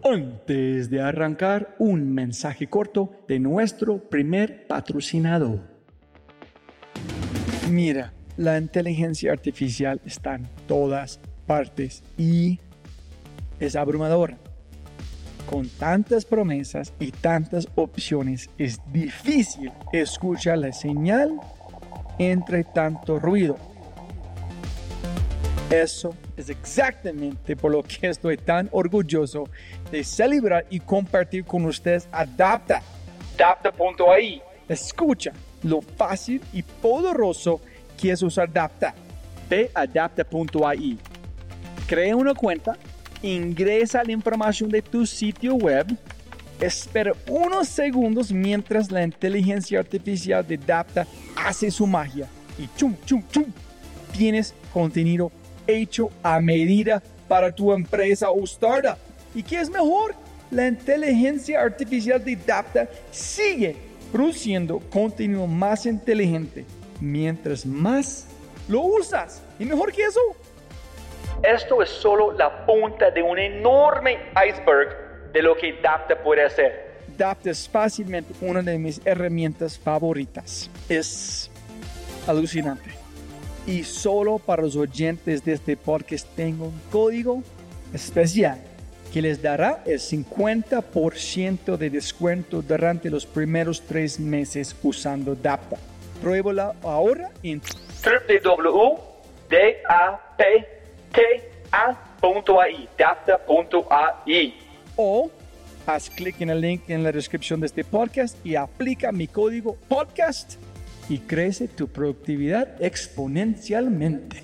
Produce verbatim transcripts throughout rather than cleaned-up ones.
Antes de arrancar, un mensaje corto de nuestro primer patrocinador. Mira, la inteligencia artificial está en todas partes y es abrumadora. Con tantas promesas y tantas opciones, es difícil escuchar la señal entre tanto ruido. Eso es exactamente por lo que estoy tan orgulloso de celebrar y compartir con ustedes Adapta. Adapta punto a i. Escucha lo fácil y poderoso que es usar Adapta. Ve a adapta punto a i. Crea una cuenta, ingresa la información de tu sitio web, espera unos segundos mientras la inteligencia artificial de Adapta hace su magia y chum, chum, chum, tienes contenido hecho a medida para tu empresa o startup. ¿Y qué es mejor? La inteligencia artificial de Adapta sigue produciendo contenido más inteligente mientras más lo usas. ¿Y mejor que eso? Esto es solo la punta de un enorme iceberg de lo que Adapta puede hacer. Adapta es fácilmente una de mis herramientas favoritas. Es alucinante. Y solo para los oyentes de este podcast tengo un código especial que les dará el cincuenta por ciento de descuento durante los primeros tres meses usando Adapta. Pruébala ahora en doble u doble u doble u punto adapta punto a i o haz clic en el link en la descripción de este podcast y aplica mi código podcast y crece tu productividad exponencialmente.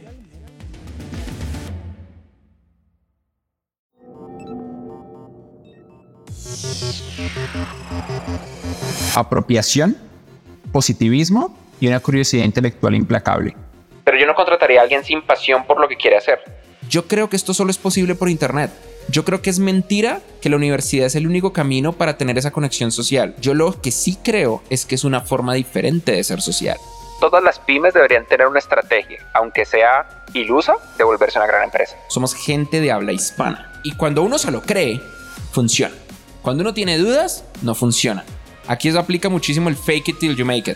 Apropiación, positivismo y una curiosidad intelectual implacable. Pero yo no contrataría a alguien sin pasión por lo que quiere hacer. Yo creo que esto solo es posible por internet. Yo creo que es mentira que la universidad es el único camino para tener esa conexión social. Yo lo que sí creo es que es una forma diferente de ser social. Todas las pymes deberían tener una estrategia, aunque sea ilusa, de volverse una gran empresa. Somos gente de habla hispana. Y cuando uno se lo cree, funciona. Cuando uno tiene dudas, no funciona. Aquí eso aplica muchísimo el fake it till you make it.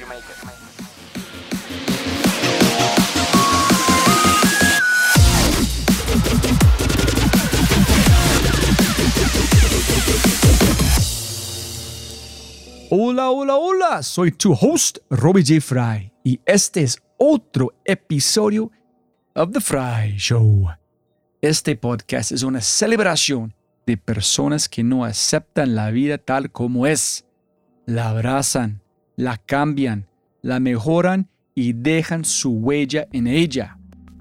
Hola, hola, hola, soy tu host, Robbie J. Fry, y este es otro episodio of The Fry Show. Este podcast es una celebración de personas que no aceptan la vida tal como es. La abrazan, la cambian, la mejoran y dejan su huella en ella.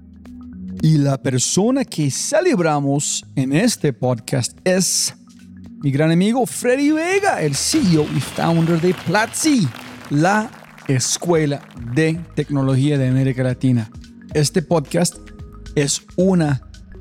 Y la persona que celebramos en este podcast es mi gran amigo Freddy Vega, el C E O y founder de Platzi, la escuela de tecnología de América Latina. Este podcast es una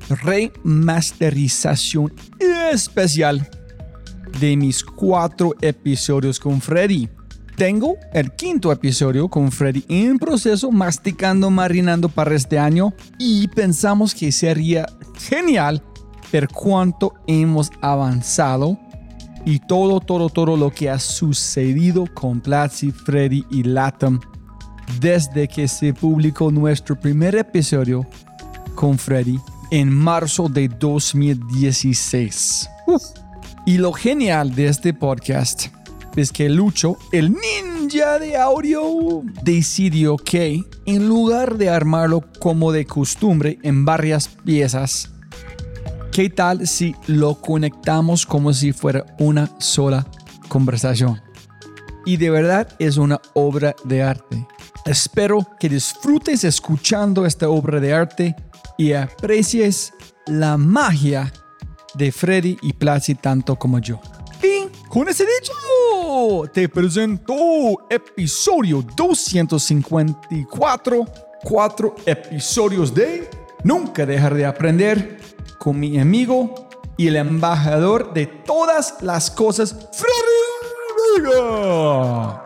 remasterización especial de mis cuatro episodios con Freddy. Tengo el quinto episodio con Freddy en proceso, masticando, marinando para este año, y pensamos que sería genial ver cuánto hemos avanzado y todo, todo, todo lo que ha sucedido con Platzi, Freddy y Latam desde que se publicó nuestro primer episodio con Freddy en marzo de dos mil dieciséis. Uf. Y lo genial de este podcast es que Lucho, el ninja de audio, decidió que en lugar de armarlo como de costumbre en varias piezas, ¿qué tal si lo conectamos como si fuera una sola conversación? Y de verdad es una obra de arte. Espero que disfrutes escuchando esta obra de arte y aprecies la magia de Freddy y Platzi tanto como yo. Y con ese dicho, te presento episodio doscientos cincuenta y cuatro, cuatro episodios de Nunca Dejar de Aprender, con mi amigo y el embajador de todas las cosas, Freddy Vega.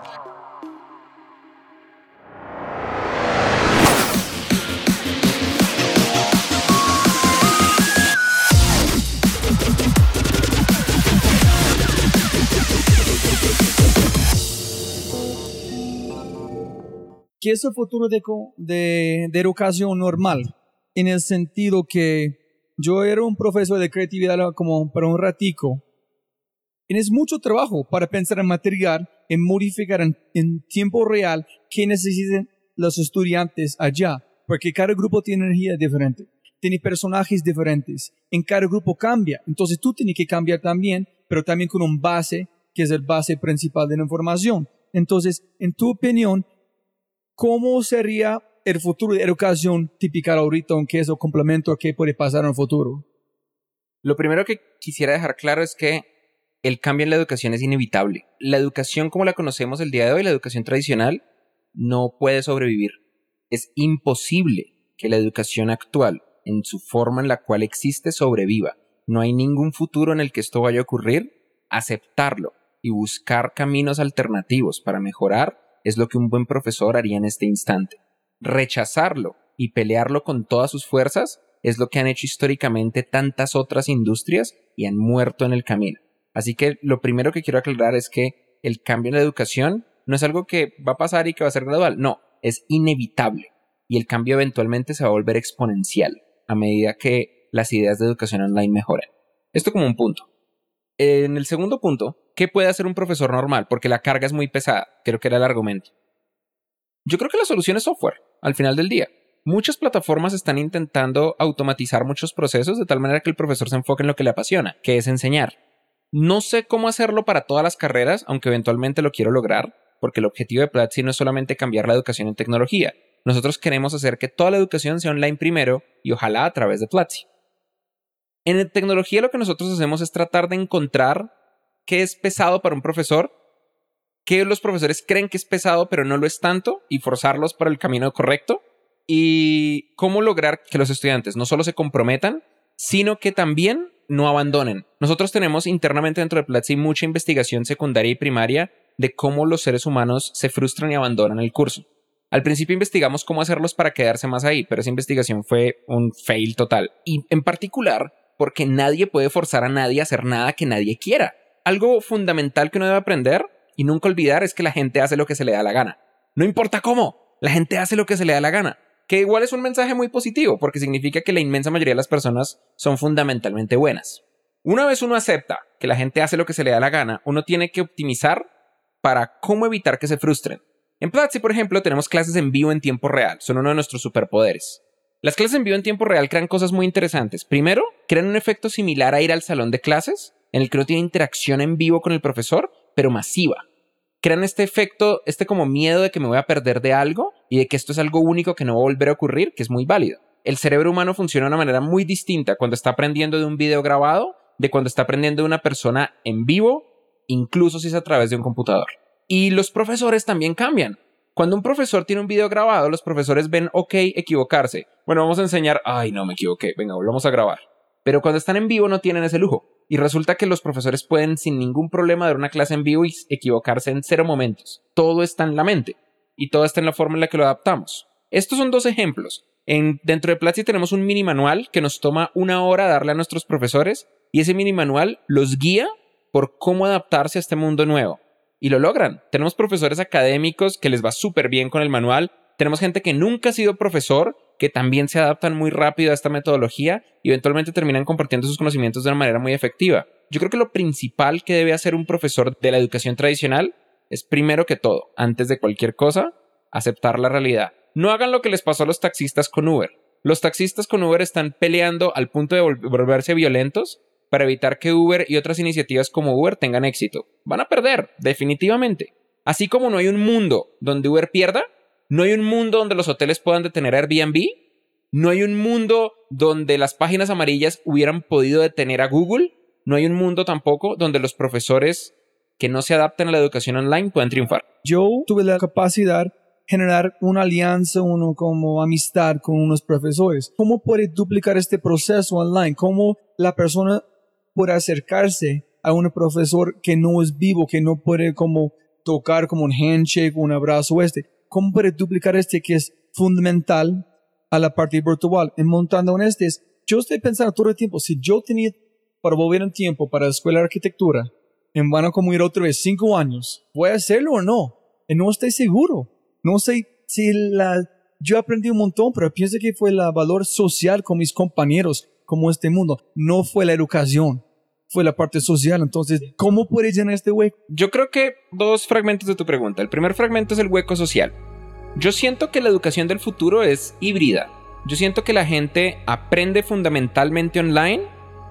¿qué es el futuro de, de, de educación normal? En el sentido que yo era un profesor de creatividad como para un ratico. Y es mucho trabajo para pensar en material, en modificar en, en tiempo real qué necesitan los estudiantes allá. Porque cada grupo tiene energía diferente, tiene personajes diferentes. En cada grupo cambia. Entonces tú tienes que cambiar también, pero también con un base, que es el base principal de la información. Entonces, en tu opinión, ¿cómo sería el futuro de educación típica ahorita, aunque es el complemento que puede pasar en el futuro? Lo primero que quisiera dejar claro es que el cambio en la educación es inevitable. La educación como la conocemos el día de hoy, la educación tradicional, no puede sobrevivir. Es imposible que la educación actual, en su forma en la cual existe, sobreviva. No hay ningún futuro en el que esto vaya a ocurrir. Aceptarlo y buscar caminos alternativos para mejorar es lo que un buen profesor haría en este instante. Rechazarlo y pelearlo con todas sus fuerzas es lo que han hecho históricamente tantas otras industrias y han muerto en el camino. Así que lo primero que quiero aclarar es que el cambio en la educación no es algo que va a pasar y que va a ser gradual. No, es inevitable. Y el cambio eventualmente se va a volver exponencial a medida que las ideas de educación online mejoren. Esto como un punto. En el segundo punto, ¿qué puede hacer un profesor normal? Porque la carga es muy pesada. Creo que era el argumento. Yo creo que la solución es software, al final del día. Muchas plataformas están intentando automatizar muchos procesos de tal manera que el profesor se enfoque en lo que le apasiona, que es enseñar. No sé cómo hacerlo para todas las carreras, aunque eventualmente lo quiero lograr, porque el objetivo de Platzi no es solamente cambiar la educación en tecnología. Nosotros queremos hacer que toda la educación sea online primero y ojalá a través de Platzi. En tecnología lo que nosotros hacemos es tratar de encontrar qué es pesado para un profesor, qué los profesores creen que es pesado pero no lo es tanto y forzarlos por el camino correcto, y cómo lograr que los estudiantes no solo se comprometan, sino que también no abandonen. Nosotros tenemos internamente dentro de Platzi mucha investigación secundaria y primaria de cómo los seres humanos se frustran y abandonan el curso. Al principio investigamos cómo hacerlos para quedarse más ahí, pero esa investigación fue un fail total. Y en particular, porque nadie puede forzar a nadie a hacer nada que nadie quiera. Algo fundamental que uno debe aprender y nunca olvidar es que la gente hace lo que se le da la gana. No importa cómo, la gente hace lo que se le da la gana. Que igual es un mensaje muy positivo, porque significa que la inmensa mayoría de las personas son fundamentalmente buenas. Una vez uno acepta que la gente hace lo que se le da la gana, uno tiene que optimizar para cómo evitar que se frustren. En Platzi, por ejemplo, tenemos clases en vivo en tiempo real. Son uno de nuestros superpoderes. Las clases en vivo en tiempo real crean cosas muy interesantes. Primero, crean un efecto similar a ir al salón de clases, en el que uno tiene interacción en vivo con el profesor, pero masiva. Crean este efecto, este como miedo de que me voy a perder de algo y de que esto es algo único que no va a volver a ocurrir, que es muy válido. El cerebro humano funciona de una manera muy distinta cuando está aprendiendo de un video grabado de cuando está aprendiendo de una persona en vivo, incluso si es a través de un computador. Y los profesores también cambian. Cuando un profesor tiene un video grabado, los profesores ven, ok, equivocarse. Bueno, vamos a enseñar, ay, no me equivoqué, venga, volvamos a grabar. Pero cuando están en vivo no tienen ese lujo. Y resulta que los profesores pueden sin ningún problema dar una clase en vivo y equivocarse en cero momentos. Todo está en la mente y todo está en la forma en la que lo adaptamos. Estos son dos ejemplos. En, dentro de Platzi tenemos un mini manual que nos toma una hora darle a nuestros profesores y ese mini manual los guía por cómo adaptarse a este mundo nuevo. Y lo logran. Tenemos profesores académicos que les va súper bien con el manual. Tenemos gente que nunca ha sido profesor, que también se adaptan muy rápido a esta metodología y eventualmente terminan compartiendo sus conocimientos de una manera muy efectiva. Yo creo que lo principal que debe hacer un profesor de la educación tradicional es, primero que todo, antes de cualquier cosa, aceptar la realidad. No hagan lo que les pasó a los taxistas con Uber. Los taxistas con Uber están peleando al punto de volverse violentos para evitar que Uber y otras iniciativas como Uber tengan éxito. Van a perder, definitivamente. Así como no hay un mundo donde Uber pierda, no hay un mundo donde los hoteles puedan detener a Airbnb, no hay un mundo donde las páginas amarillas hubieran podido detener a Google, no hay un mundo tampoco donde los profesores que no se adaptan a la educación online puedan triunfar. Yo tuve la capacidad de generar una alianza, uno como amistad con unos profesores. ¿Cómo puede duplicar este proceso online? ¿Cómo la persona puede acercarse a un profesor que no es vivo, que no puede como tocar como un handshake, un abrazo este? ¿Cómo puede duplicar este que es fundamental a la parte virtual? En montando en este, yo estoy pensando todo el tiempo, si yo tenía para volver en tiempo para la escuela de arquitectura, en van a como ir otra vez cinco años, ¿voy a hacerlo o no? Y no estoy seguro. No sé sí, la, yo aprendí un montón, pero pienso que fue el valor social con mis compañeros, como este mundo. No fue la educación, fue la parte social. Entonces, ¿cómo puedes llenar este hueco? Yo creo que dos fragmentos de tu pregunta. El primer fragmento es el hueco social. Yo siento que la educación del futuro es híbrida. Yo siento que la gente aprende fundamentalmente online,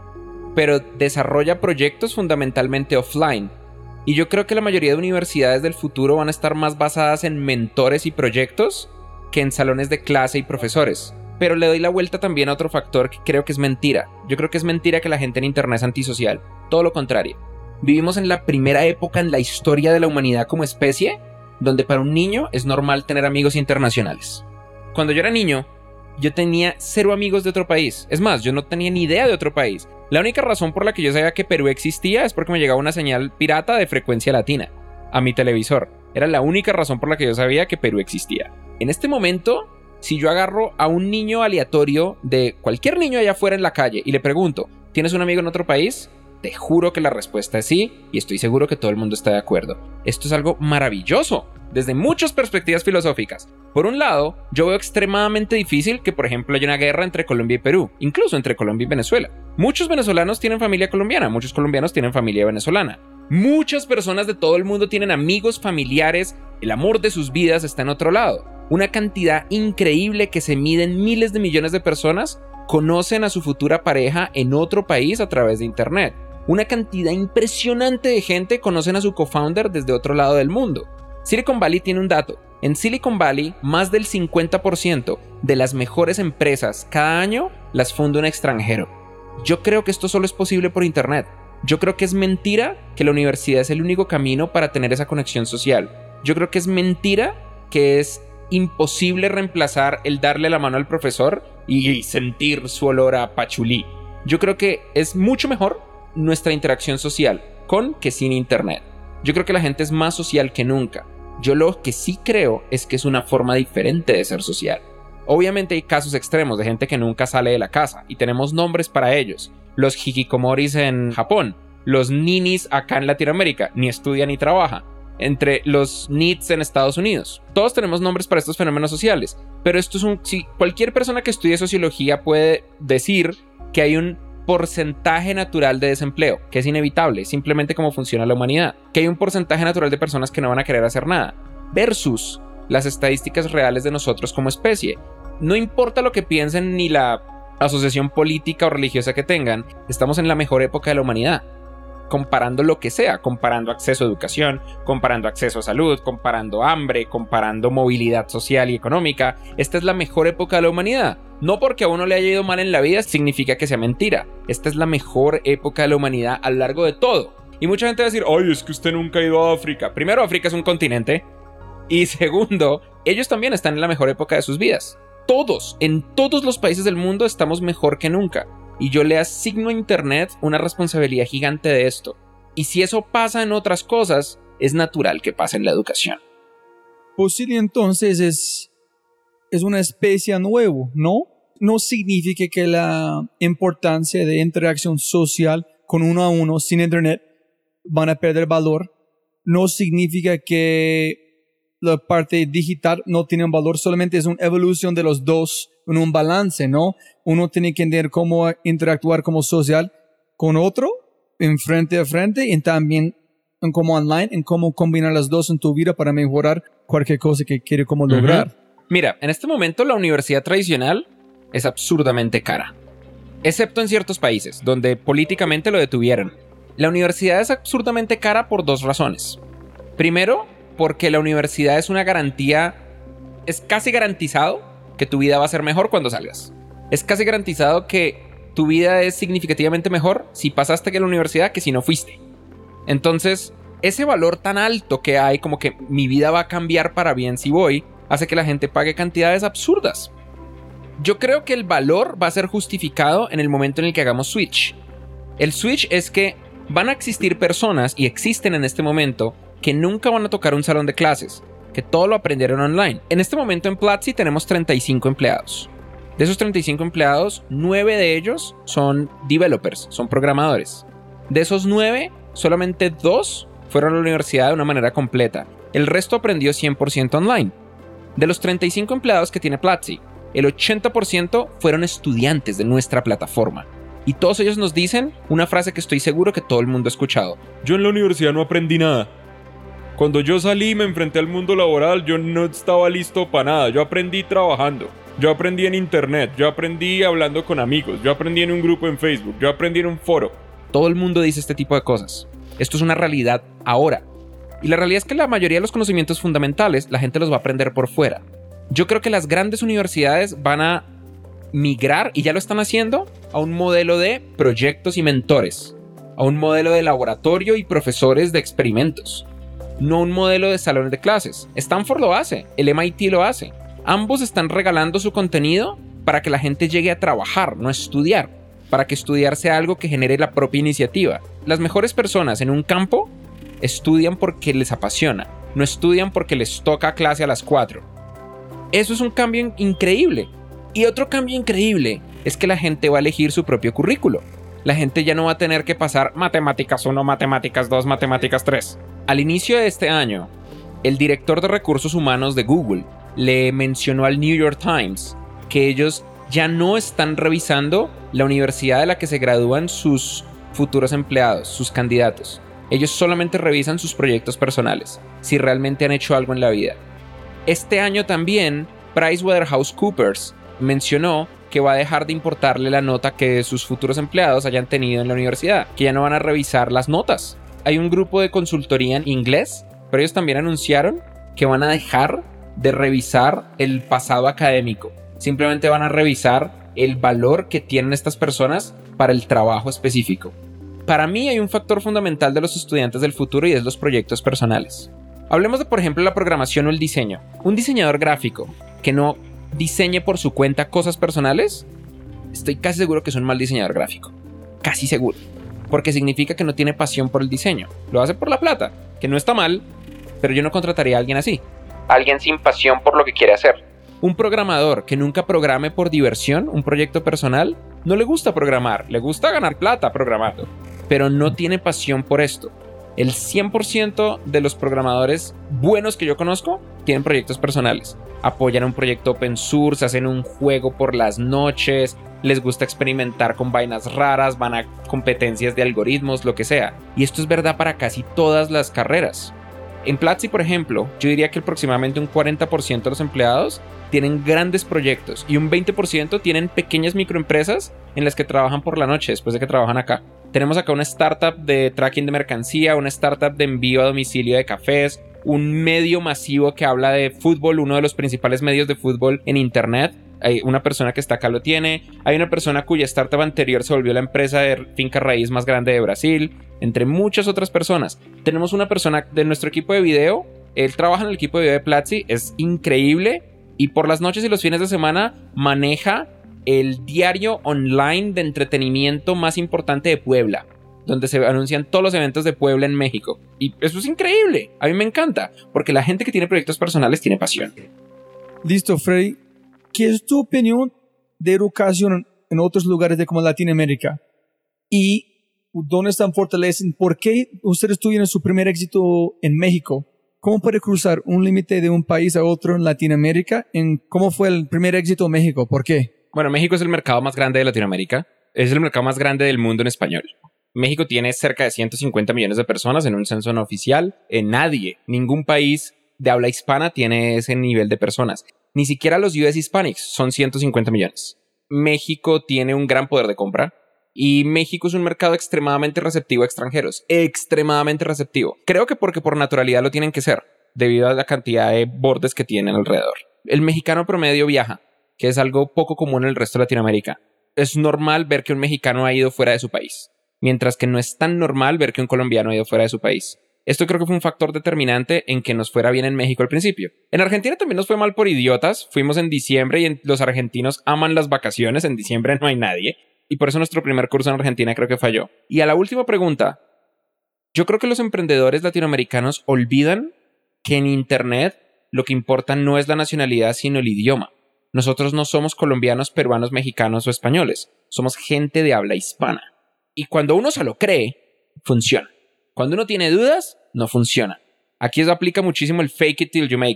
pero desarrolla proyectos fundamentalmente offline. Y yo creo que la mayoría de universidades del futuro van a estar más basadas en mentores y proyectos que en salones de clase y profesores. Pero le doy la vuelta también a otro factor que creo que es mentira. Yo creo que es mentira que la gente en internet es antisocial. Todo lo contrario. Vivimos en la primera época en la historia de la humanidad como especie, donde para un niño es normal tener amigos internacionales. Cuando yo era niño, yo tenía cero amigos de otro país. Es más, yo no tenía ni idea de otro país. La única razón por la que yo sabía que Perú existía es porque me llegaba una señal pirata de frecuencia latina a mi televisor. Era la única razón por la que yo sabía que Perú existía. En este momento, si yo agarro a un niño aleatorio de cualquier niño allá afuera en la calle y le pregunto, ¿tienes un amigo en otro país? Te juro que la respuesta es sí, y estoy seguro que todo el mundo está de acuerdo. Esto es algo maravilloso, desde muchas perspectivas filosóficas. Por un lado, yo veo extremadamente difícil que, por ejemplo, haya una guerra entre Colombia y Perú, incluso entre Colombia y Venezuela. Muchos venezolanos tienen familia colombiana, muchos colombianos tienen familia venezolana. Muchas personas de todo el mundo tienen amigos, familiares, el amor de sus vidas está en otro lado. Una cantidad increíble que se mide en miles de millones de personas conocen a su futura pareja en otro país a través de internet. Una cantidad impresionante de gente conocen a su co-founder desde otro lado del mundo. Silicon Valley tiene un dato. En Silicon Valley, más del cincuenta por ciento de las mejores empresas cada año las funda un extranjero. Yo creo que esto solo es posible por internet. Yo creo que es mentira que la universidad es el único camino para tener esa conexión social. Yo creo que es mentira que es imposible reemplazar el darle la mano al profesor y sentir su olor a pachulí. Yo creo que es mucho mejor nuestra interacción social con que sin internet. Yo creo que la gente es más social que nunca. Yo lo que sí creo es que es una forma diferente de ser social. Obviamente hay casos extremos de gente que nunca sale de la casa y tenemos nombres para ellos. Los hikikomoris en Japón, los ninis acá en Latinoamérica, ni estudia ni trabaja. Entre los N I Ts en Estados Unidos. Todos tenemos nombres para estos fenómenos sociales, pero esto es un... Si cualquier persona que estudie sociología puede decir que hay un porcentaje natural de desempleo, que es inevitable, simplemente como funciona la humanidad, que hay un porcentaje natural de personas que no van a querer hacer nada, versus las estadísticas reales de nosotros como especie. No importa lo que piensen ni la asociación política o religiosa que tengan, estamos en la mejor época de la humanidad. Comparando lo que sea, comparando acceso a educación, comparando acceso a salud, comparando hambre, comparando movilidad social y económica, esta es la mejor época de la humanidad. No porque a uno le haya ido mal en la vida significa que sea mentira. Esta es la mejor época de la humanidad a lo largo de todo. Y mucha gente va a decir, ay, es que usted nunca ha ido a África. Primero, África es un continente. Y segundo, ellos también están en la mejor época de sus vidas. Todos, en todos los países del mundo estamos mejor que nunca. Y yo le asigno a internet una responsabilidad gigante de esto. Y si eso pasa en otras cosas, es natural que pase en la educación. Pues sí, entonces es, es una especie nueva, ¿no? No significa que la importancia de interacción social con uno a uno sin internet van a perder valor. No significa que la parte digital no tiene un valor, solamente es una evolución de los dos en un balance, ¿no? Uno tiene que entender cómo interactuar como social con otro, en frente a frente, y también en como online, en cómo combinar las dos en tu vida para mejorar cualquier cosa que quiere como lograr. Uh-huh. Mira, en este momento la universidad tradicional es absurdamente cara, excepto en ciertos países donde políticamente lo detuvieron. La universidad es absurdamente cara por dos razones. Primero, porque la universidad es una garantía, es casi garantizado que tu vida va a ser mejor cuando salgas. Es casi garantizado que tu vida es significativamente mejor si pasaste que la universidad que si no fuiste. Entonces, ese valor tan alto que hay, como que mi vida va a cambiar para bien si voy, hace que la gente pague cantidades absurdas. Yo creo que el valor va a ser justificado en el momento en el que hagamos switch. El switch es que van a existir personas, y existen en este momento, que nunca van a tocar un salón de clases, que todo lo aprendieron online. En este momento en Platzi tenemos treinta y cinco empleados. De esos treinta y cinco empleados, nueve de ellos son developers, son programadores. De esos nueve, solamente dos fueron a la universidad de una manera completa. El resto aprendió cien por ciento online. De los treinta y cinco empleados que tiene Platzi, el ochenta por ciento fueron estudiantes de nuestra plataforma. Y todos ellos nos dicen una frase que estoy seguro que todo el mundo ha escuchado. Yo en la universidad no aprendí nada. Cuando yo salí y me enfrenté al mundo laboral, yo no estaba listo para nada. Yo aprendí trabajando. Yo aprendí en internet. Yo aprendí hablando con amigos. Yo aprendí en un grupo en Facebook. Yo aprendí en un foro. Todo el mundo dice este tipo de cosas. Esto es una realidad ahora. Y la realidad es que la mayoría de los conocimientos fundamentales la gente los va a aprender por fuera. Yo creo que las grandes universidades van a migrar, y ya lo están haciendo, a un modelo de proyectos y mentores, a un modelo de laboratorio y profesores de experimentos, no un modelo de salones de clases. Stanford lo hace, el M I T lo hace. Ambos están regalando su contenido para que la gente llegue a trabajar, no a estudiar, para que estudiar sea algo que genere la propia iniciativa. Las mejores personas en un campo estudian porque les apasiona, no estudian porque les toca clase a las cuatro. Eso es un cambio increíble. Y otro cambio increíble es que la gente va a elegir su propio currículo. La gente ya no va a tener que pasar matemáticas uno, matemáticas dos, matemáticas tres. Al inicio de este año, el director de recursos humanos de Google le mencionó al New York Times que ellos ya no están revisando la universidad de la que se gradúan sus futuros empleados, sus candidatos. Ellos solamente revisan sus proyectos personales, si realmente han hecho algo en la vida. Este año también, PricewaterhouseCoopers mencionó que va a dejar de importarle la nota que sus futuros empleados hayan tenido en la universidad, que ya no van a revisar las notas. Hay un grupo de consultoría en inglés, pero ellos también anunciaron que van a dejar de revisar el pasado académico. Simplemente van a revisar el valor que tienen estas personas para el trabajo específico. Para mí hay un factor fundamental de los estudiantes del futuro y es los proyectos personales. Hablemos de, por ejemplo, la programación o el diseño. Un diseñador gráfico que no diseñe por su cuenta cosas personales, estoy casi seguro que es un mal diseñador gráfico. Casi seguro. Porque significa que no tiene pasión por el diseño. Lo hace por la plata, que no está mal, pero yo no contrataría a alguien así. Alguien sin pasión por lo que quiere hacer. Un programador que nunca programe por diversión, un proyecto personal, no le gusta programar, le gusta ganar plata programando, pero no tiene pasión por esto. El cien por ciento de los programadores buenos que yo conozco tienen proyectos personales. Apoyan un proyecto open source, hacen un juego por las noches, les gusta experimentar con vainas raras, van a competencias de algoritmos, lo que sea. Y esto es verdad para casi todas las carreras. En Platzi, por ejemplo, yo diría que aproximadamente un cuarenta por ciento de los empleados tienen grandes proyectos y un veinte por ciento tienen pequeñas microempresas en las que trabajan por la noche después de que trabajan acá. Tenemos acá una startup de tracking de mercancía, una startup de envío a domicilio de cafés, un medio masivo que habla de fútbol, uno de los principales medios de fútbol en internet. Hay una persona que está acá lo tiene. Hay una persona cuya startup anterior se volvió la empresa de finca raíz más grande de Brasil, entre muchas otras personas. Tenemos una persona de nuestro equipo de video. Él trabaja en el equipo de video de Platzi, es increíble. Y por las noches y los fines de semana maneja el diario online de entretenimiento más importante de Puebla, donde se anuncian todos los eventos de Puebla en México. Y eso es increíble. A mí me encanta, porque la gente que tiene proyectos personales tiene pasión. Listo, Freddy. ¿Qué es tu opinión de educación en otros lugares de como Latinoamérica? ¿Y dónde están fortaleciendo? ¿Por qué ustedes tuvieron su primer éxito en México? ¿Cómo puede cruzar un límite de un país a otro en Latinoamérica? ¿En ¿Cómo fue el primer éxito en México? ¿Por qué? Bueno, México es el mercado más grande de Latinoamérica. Es el mercado más grande del mundo en español. México tiene cerca de ciento cincuenta millones de personas en un censo no oficial. En nadie, ningún país de habla hispana tiene ese nivel de personas. Ni siquiera los U S Hispanics son ciento cincuenta millones. México tiene un gran poder de compra. Y México es un mercado extremadamente receptivo a extranjeros. Extremadamente receptivo. Creo que porque por naturalidad lo tienen que ser, debido a la cantidad de bordes que tienen alrededor. El mexicano promedio viaja, que es algo poco común en el resto de Latinoamérica. Es normal ver que un mexicano ha ido fuera de su país, mientras que no es tan normal ver que un colombiano ha ido fuera de su país. Esto creo que fue un factor determinante en que nos fuera bien en México al principio. En Argentina también nos fue mal por idiotas. Fuimos en diciembre y en, los argentinos aman las vacaciones. En diciembre no hay nadie. Y por eso nuestro primer curso en Argentina creo que falló. Y a la última pregunta. Yo creo que los emprendedores latinoamericanos olvidan que en Internet lo que importa no es la nacionalidad, sino el idioma. Nosotros no somos colombianos, peruanos, mexicanos o españoles. Somos gente de habla hispana. Y cuando uno se lo cree, funciona. Cuando uno tiene dudas, no funciona. Aquí se aplica muchísimo el fake it till you make it.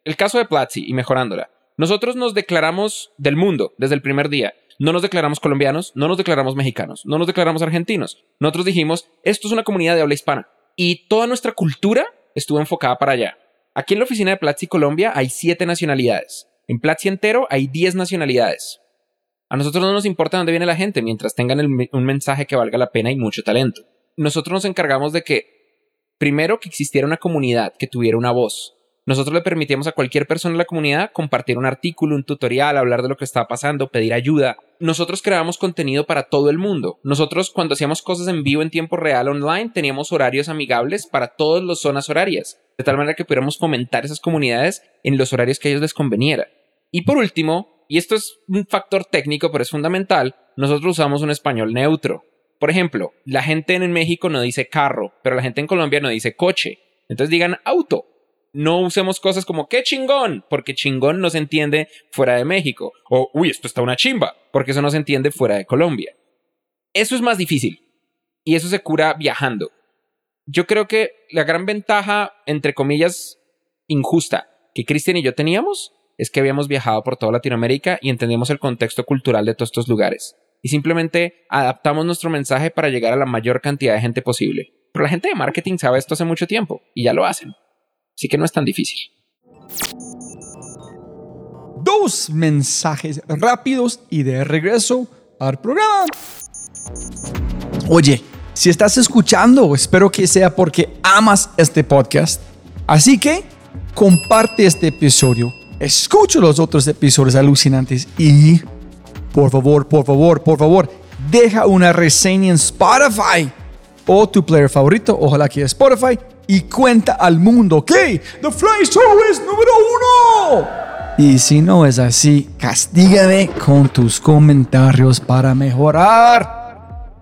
el caso de Platzi y mejorándola. Nosotros nos declaramos del mundo desde el primer día. No nos declaramos colombianos, no nos declaramos mexicanos, no nos declaramos argentinos. Nosotros dijimos, esto es una comunidad de habla hispana. Y toda nuestra cultura estuvo enfocada para allá. Aquí en la oficina de Platzi Colombia hay siete nacionalidades. En Platzi entero hay diez nacionalidades. A nosotros no nos importa dónde viene la gente mientras tengan el, un mensaje que valga la pena y mucho talento. Nosotros nos encargamos de que, primero, que existiera una comunidad que tuviera una voz. Nosotros le permitíamos a cualquier persona en la comunidad compartir un artículo, un tutorial, hablar de lo que estaba pasando, pedir ayuda. Nosotros creábamos contenido para todo el mundo. Nosotros, cuando hacíamos cosas en vivo en tiempo real online, teníamos horarios amigables para todas las zonas horarias, de tal manera que pudiéramos fomentar esas comunidades en los horarios que a ellos les conveniera. Y por último, y esto es un factor técnico, pero es fundamental, nosotros usamos un español neutro. Por ejemplo, la gente en México no dice carro, pero la gente en Colombia no dice coche. Entonces digan auto. No usemos cosas como ¡qué chingón! Porque chingón no se entiende fuera de México. O ¡uy, esto está una chimba! Porque eso no se entiende fuera de Colombia. Eso es más difícil. Y eso se cura viajando. Yo creo que la gran ventaja, entre comillas, injusta, que Cristian y yo teníamos, es que habíamos viajado por toda Latinoamérica y entendíamos el contexto cultural de todos estos lugares. Y simplemente adaptamos nuestro mensaje para llegar a la mayor cantidad de gente posible. Pero la gente de marketing sabe esto hace mucho tiempo y ya lo hacen. Así que no es tan difícil. Dos mensajes rápidos y de regreso al programa. Oye, si estás escuchando, espero que sea porque amas este podcast. Así que comparte este episodio, escucha los otros episodios alucinantes y, por favor, por favor, por favor, deja una reseña en Spotify o tu player favorito, ojalá que es Spotify, y cuenta al mundo que The Fly Show es número uno. Y si no es así, castígame con tus comentarios para mejorar.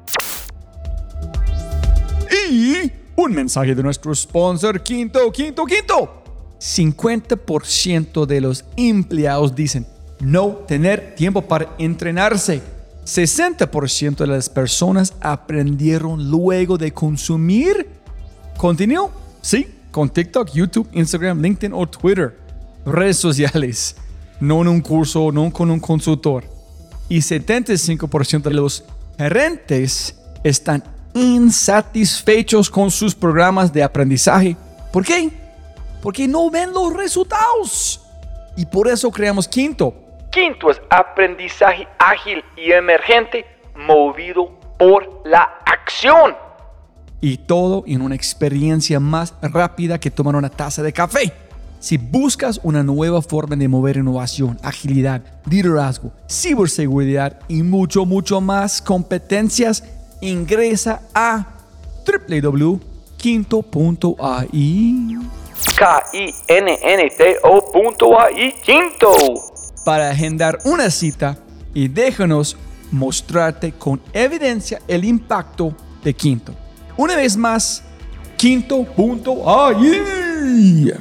Y un mensaje de nuestro sponsor, Quinto, Quinto, Quinto. cincuenta por ciento de los empleados dicen no tener tiempo para entrenarse. sesenta por ciento de las personas aprendieron luego de consumir contenido, sí, con TikTok, YouTube, Instagram, LinkedIn o Twitter. Redes sociales, no en un curso, no con un consultor. Y setenta y cinco por ciento de los gerentes están insatisfechos con sus programas de aprendizaje. ¿Por qué? Porque no ven los resultados. Y por eso creamos Quinto. Quinto es aprendizaje ágil y emergente movido por la acción. Y todo en una experiencia más rápida que tomar una taza de café. Si buscas una nueva forma de mover innovación, agilidad, liderazgo, ciberseguridad y mucho, mucho más competencias, ingresa a w w w punto quinto punto a i. K I N N T O punto A I, Quinto. Para agendar una cita y déjanos mostrarte con evidencia el impacto de Quinto. Una vez más, quinto punto a i.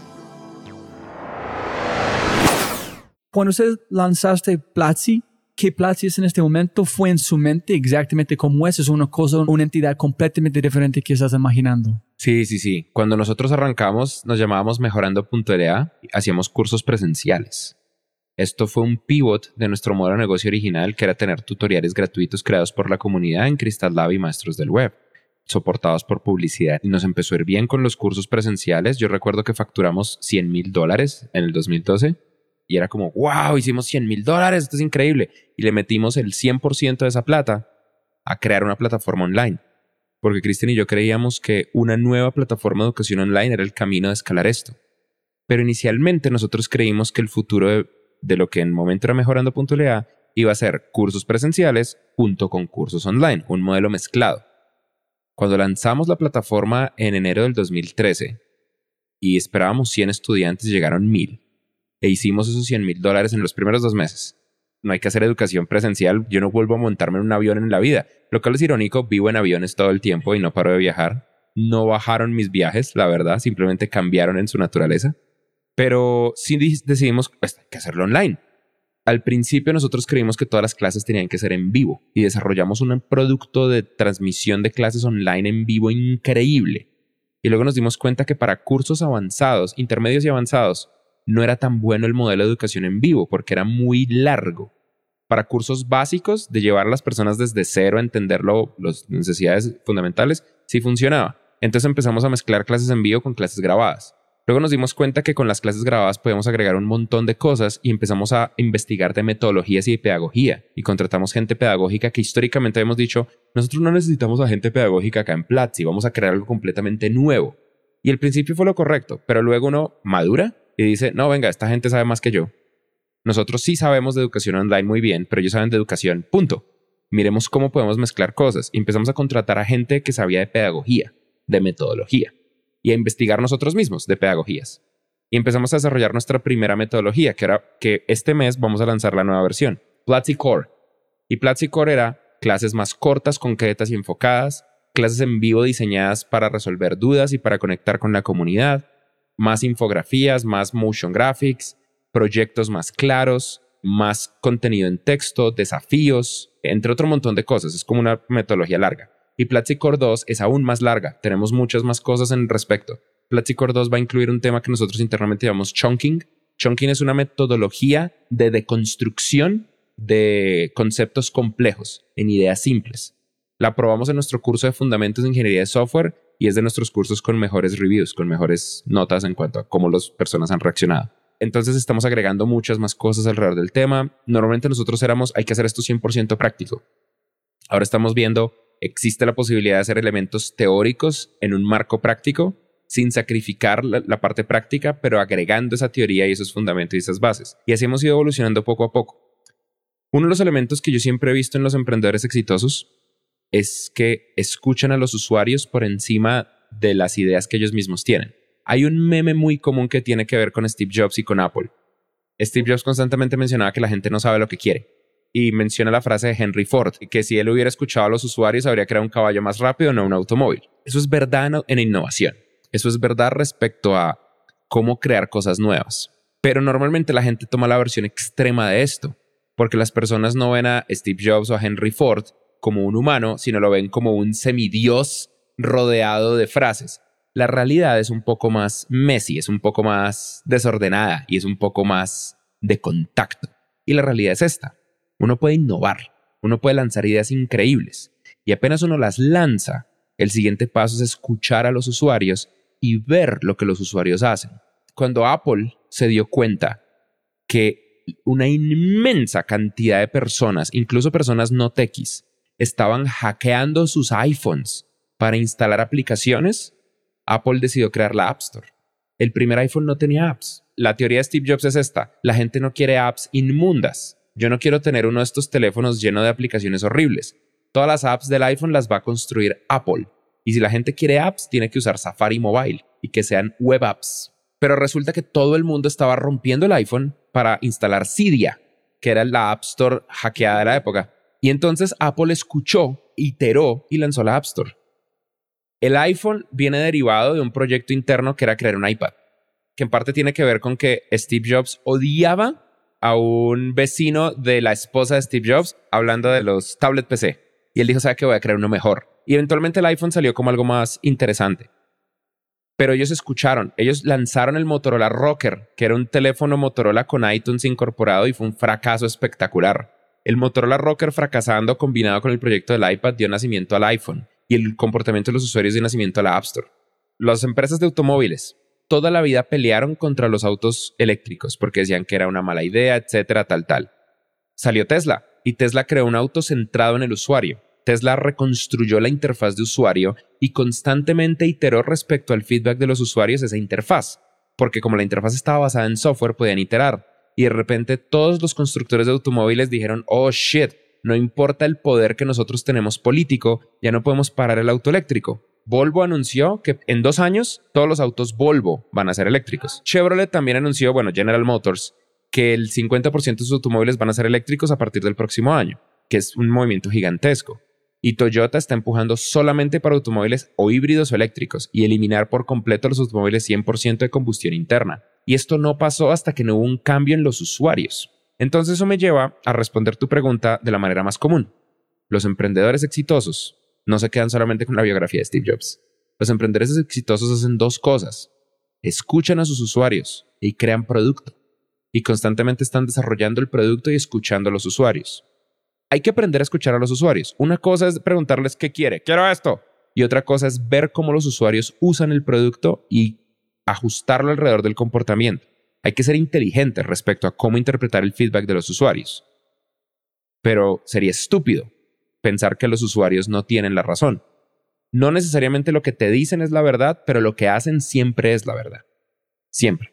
Cuando usted lanzaste Platzi, ¿qué Platzi es en este momento? ¿Fue en su mente exactamente como es? ¿Es una cosa, una entidad completamente diferente que estás imaginando? Sí, sí, sí. Cuando nosotros arrancamos, nos llamábamos Mejorando punto L A. Hacíamos cursos presenciales. Esto fue un pivot de nuestro modelo de negocio original, que era tener tutoriales gratuitos creados por la comunidad en Crystal Lab y Maestros del Web, soportados por publicidad. Y nos empezó a ir bien con los cursos presenciales. Yo recuerdo que facturamos cien mil dólares en el dos mil doce y era como, wow, hicimos cien mil dólares, esto es increíble. Y le metimos el cien por ciento de esa plata a crear una plataforma online. Porque Cristian y yo creíamos que una nueva plataforma de educación online era el camino de escalar esto. Pero inicialmente nosotros creímos que el futuro de, de lo que en el momento era Mejorando punto L A iba a ser cursos presenciales junto con cursos online, un modelo mezclado. Cuando lanzamos la plataforma en enero del dos mil trece y esperábamos cien estudiantes, llegaron mil. E hicimos esos cien mil dólares en los primeros dos meses. No hay que hacer educación presencial. Yo no vuelvo a montarme en un avión en la vida. Lo cual es irónico, vivo en aviones todo el tiempo y no paro de viajar. No bajaron mis viajes, la verdad. Simplemente cambiaron en su naturaleza. Pero sí decidimos, pues, hay que hacerlo online. Al principio nosotros creímos que todas las clases tenían que ser en vivo y desarrollamos un producto de transmisión de clases online en vivo increíble. Y luego nos dimos cuenta que para cursos avanzados, intermedios y avanzados, no era tan bueno el modelo de educación en vivo porque era muy largo. Para cursos básicos de llevar a las personas desde cero a entender lo, las necesidades fundamentales, sí funcionaba. Entonces empezamos a mezclar clases en vivo con clases grabadas. Luego nos dimos cuenta que con las clases grabadas podíamos agregar un montón de cosas y empezamos a investigar de metodologías y de pedagogía. Y contratamos gente pedagógica que históricamente habíamos dicho, nosotros no necesitamos a gente pedagógica acá en Platzi, vamos a crear algo completamente nuevo. Y al principio fue lo correcto, pero luego uno madura y dice, no, venga, esta gente sabe más que yo. Nosotros sí sabemos de educación online muy bien, pero ellos saben de educación, punto. Miremos cómo podemos mezclar cosas. Y empezamos a contratar a gente que sabía de pedagogía, de metodología, y a investigar nosotros mismos de pedagogías. Y empezamos a desarrollar nuestra primera metodología, que era que este mes vamos a lanzar la nueva versión, Platzi Core. Y Platzi Core era clases más cortas, concretas y enfocadas, clases en vivo diseñadas para resolver dudas y para conectar con la comunidad, más infografías, más motion graphics, proyectos más claros, más contenido en texto, desafíos, entre otro montón de cosas. Es como una metodología larga. Y Platzi Core dos es aún más larga. Tenemos muchas más cosas en respecto. Platzi Core dos va a incluir un tema que nosotros internamente llamamos chunking. Chunking es una metodología de deconstrucción de conceptos complejos en ideas simples. La probamos en nuestro curso de Fundamentos de Ingeniería de Software y es de nuestros cursos con mejores reviews, con mejores notas en cuanto a cómo las personas han reaccionado. Entonces estamos agregando muchas más cosas alrededor del tema. Normalmente nosotros éramos, hay que hacer esto cien por ciento práctico. Ahora estamos viendo, existe la posibilidad de hacer elementos teóricos en un marco práctico sin sacrificar la, la parte práctica, pero agregando esa teoría y esos fundamentos y esas bases. Y así hemos ido evolucionando poco a poco. Uno de los elementos que yo siempre he visto en los emprendedores exitosos es que escuchan a los usuarios por encima de las ideas que ellos mismos tienen. Hay un meme muy común que tiene que ver con Steve Jobs y con Apple. Steve Jobs constantemente mencionaba que la gente no sabe lo que quiere. Y menciona la frase de Henry Ford, que si él hubiera escuchado a los usuarios habría creado un caballo más rápido, no un automóvil. Eso es verdad en innovación. Eso es verdad respecto a cómo crear cosas nuevas. Pero normalmente la gente toma la versión extrema de esto, porque las personas no ven a Steve Jobs o a Henry Ford como un humano, sino lo ven como un semidios rodeado de frases. La realidad es un poco más messy, es un poco más desordenada y es un poco más de contacto. Y la realidad es esta. Uno puede innovar, uno puede lanzar ideas increíbles y apenas uno las lanza, el siguiente paso es escuchar a los usuarios y ver lo que los usuarios hacen. Cuando Apple se dio cuenta que una inmensa cantidad de personas, incluso personas no techies, estaban hackeando sus iPhones para instalar aplicaciones, Apple decidió crear la App Store. El primer iPhone no tenía apps. La teoría de Steve Jobs es esta. La gente no quiere apps inmundas. Yo no quiero tener uno de estos teléfonos lleno de aplicaciones horribles. Todas las apps del iPhone las va a construir Apple. Y si la gente quiere apps, tiene que usar Safari Mobile y que sean web apps. Pero resulta que todo el mundo estaba rompiendo el iPhone para instalar Cydia, que era la App Store hackeada de la época. Y entonces Apple escuchó, iteró y lanzó la App Store. El iPhone viene derivado de un proyecto interno que era crear un iPad, que en parte tiene que ver con que Steve Jobs odiaba a un vecino de la esposa de Steve Jobs hablando de los tablet P C. Y él dijo, ¿sabe qué? Voy a crear uno mejor. Y eventualmente el iPhone salió como algo más interesante. Pero ellos escucharon, ellos lanzaron el Motorola Rocker, que era un teléfono Motorola con iTunes incorporado y fue un fracaso espectacular. El Motorola Rocker fracasando combinado con el proyecto del iPad dio nacimiento al iPhone y el comportamiento de los usuarios dio nacimiento a la App Store. Las empresas de automóviles toda la vida pelearon contra los autos eléctricos porque decían que era una mala idea, etcétera, tal, tal. Salió Tesla y Tesla creó un auto centrado en el usuario. Tesla reconstruyó la interfaz de usuario y constantemente iteró respecto al feedback de los usuarios esa interfaz, porque como la interfaz estaba basada en software podían iterar. Y de repente todos los constructores de automóviles dijeron, oh shit, no importa el poder que nosotros tenemos político, ya no podemos parar el auto eléctrico. Volvo anunció que en dos años todos los autos Volvo van a ser eléctricos. Chevrolet también anunció, bueno, General Motors, que el cincuenta por ciento de sus automóviles van a ser eléctricos a partir del próximo año, que es un movimiento gigantesco. Y Toyota está empujando solamente para automóviles o híbridos o eléctricos y eliminar por completo los automóviles cien por ciento de combustión interna. Y esto no pasó hasta que no hubo un cambio en los usuarios. Entonces eso me lleva a responder tu pregunta de la manera más común. Los emprendedores exitosos no se quedan solamente con la biografía de Steve Jobs. Los emprendedores exitosos hacen dos cosas. Escuchan a sus usuarios y crean producto. Y constantemente están desarrollando el producto y escuchando a los usuarios. Hay que aprender a escuchar a los usuarios. Una cosa es preguntarles qué quiere. Quiero esto. Y otra cosa es ver cómo los usuarios usan el producto y ajustarlo alrededor del comportamiento. Hay que ser inteligentes respecto a cómo interpretar el feedback de los usuarios. Pero sería estúpido pensar que los usuarios no tienen la razón. No necesariamente lo que te dicen es la verdad, pero lo que hacen siempre es la verdad. Siempre.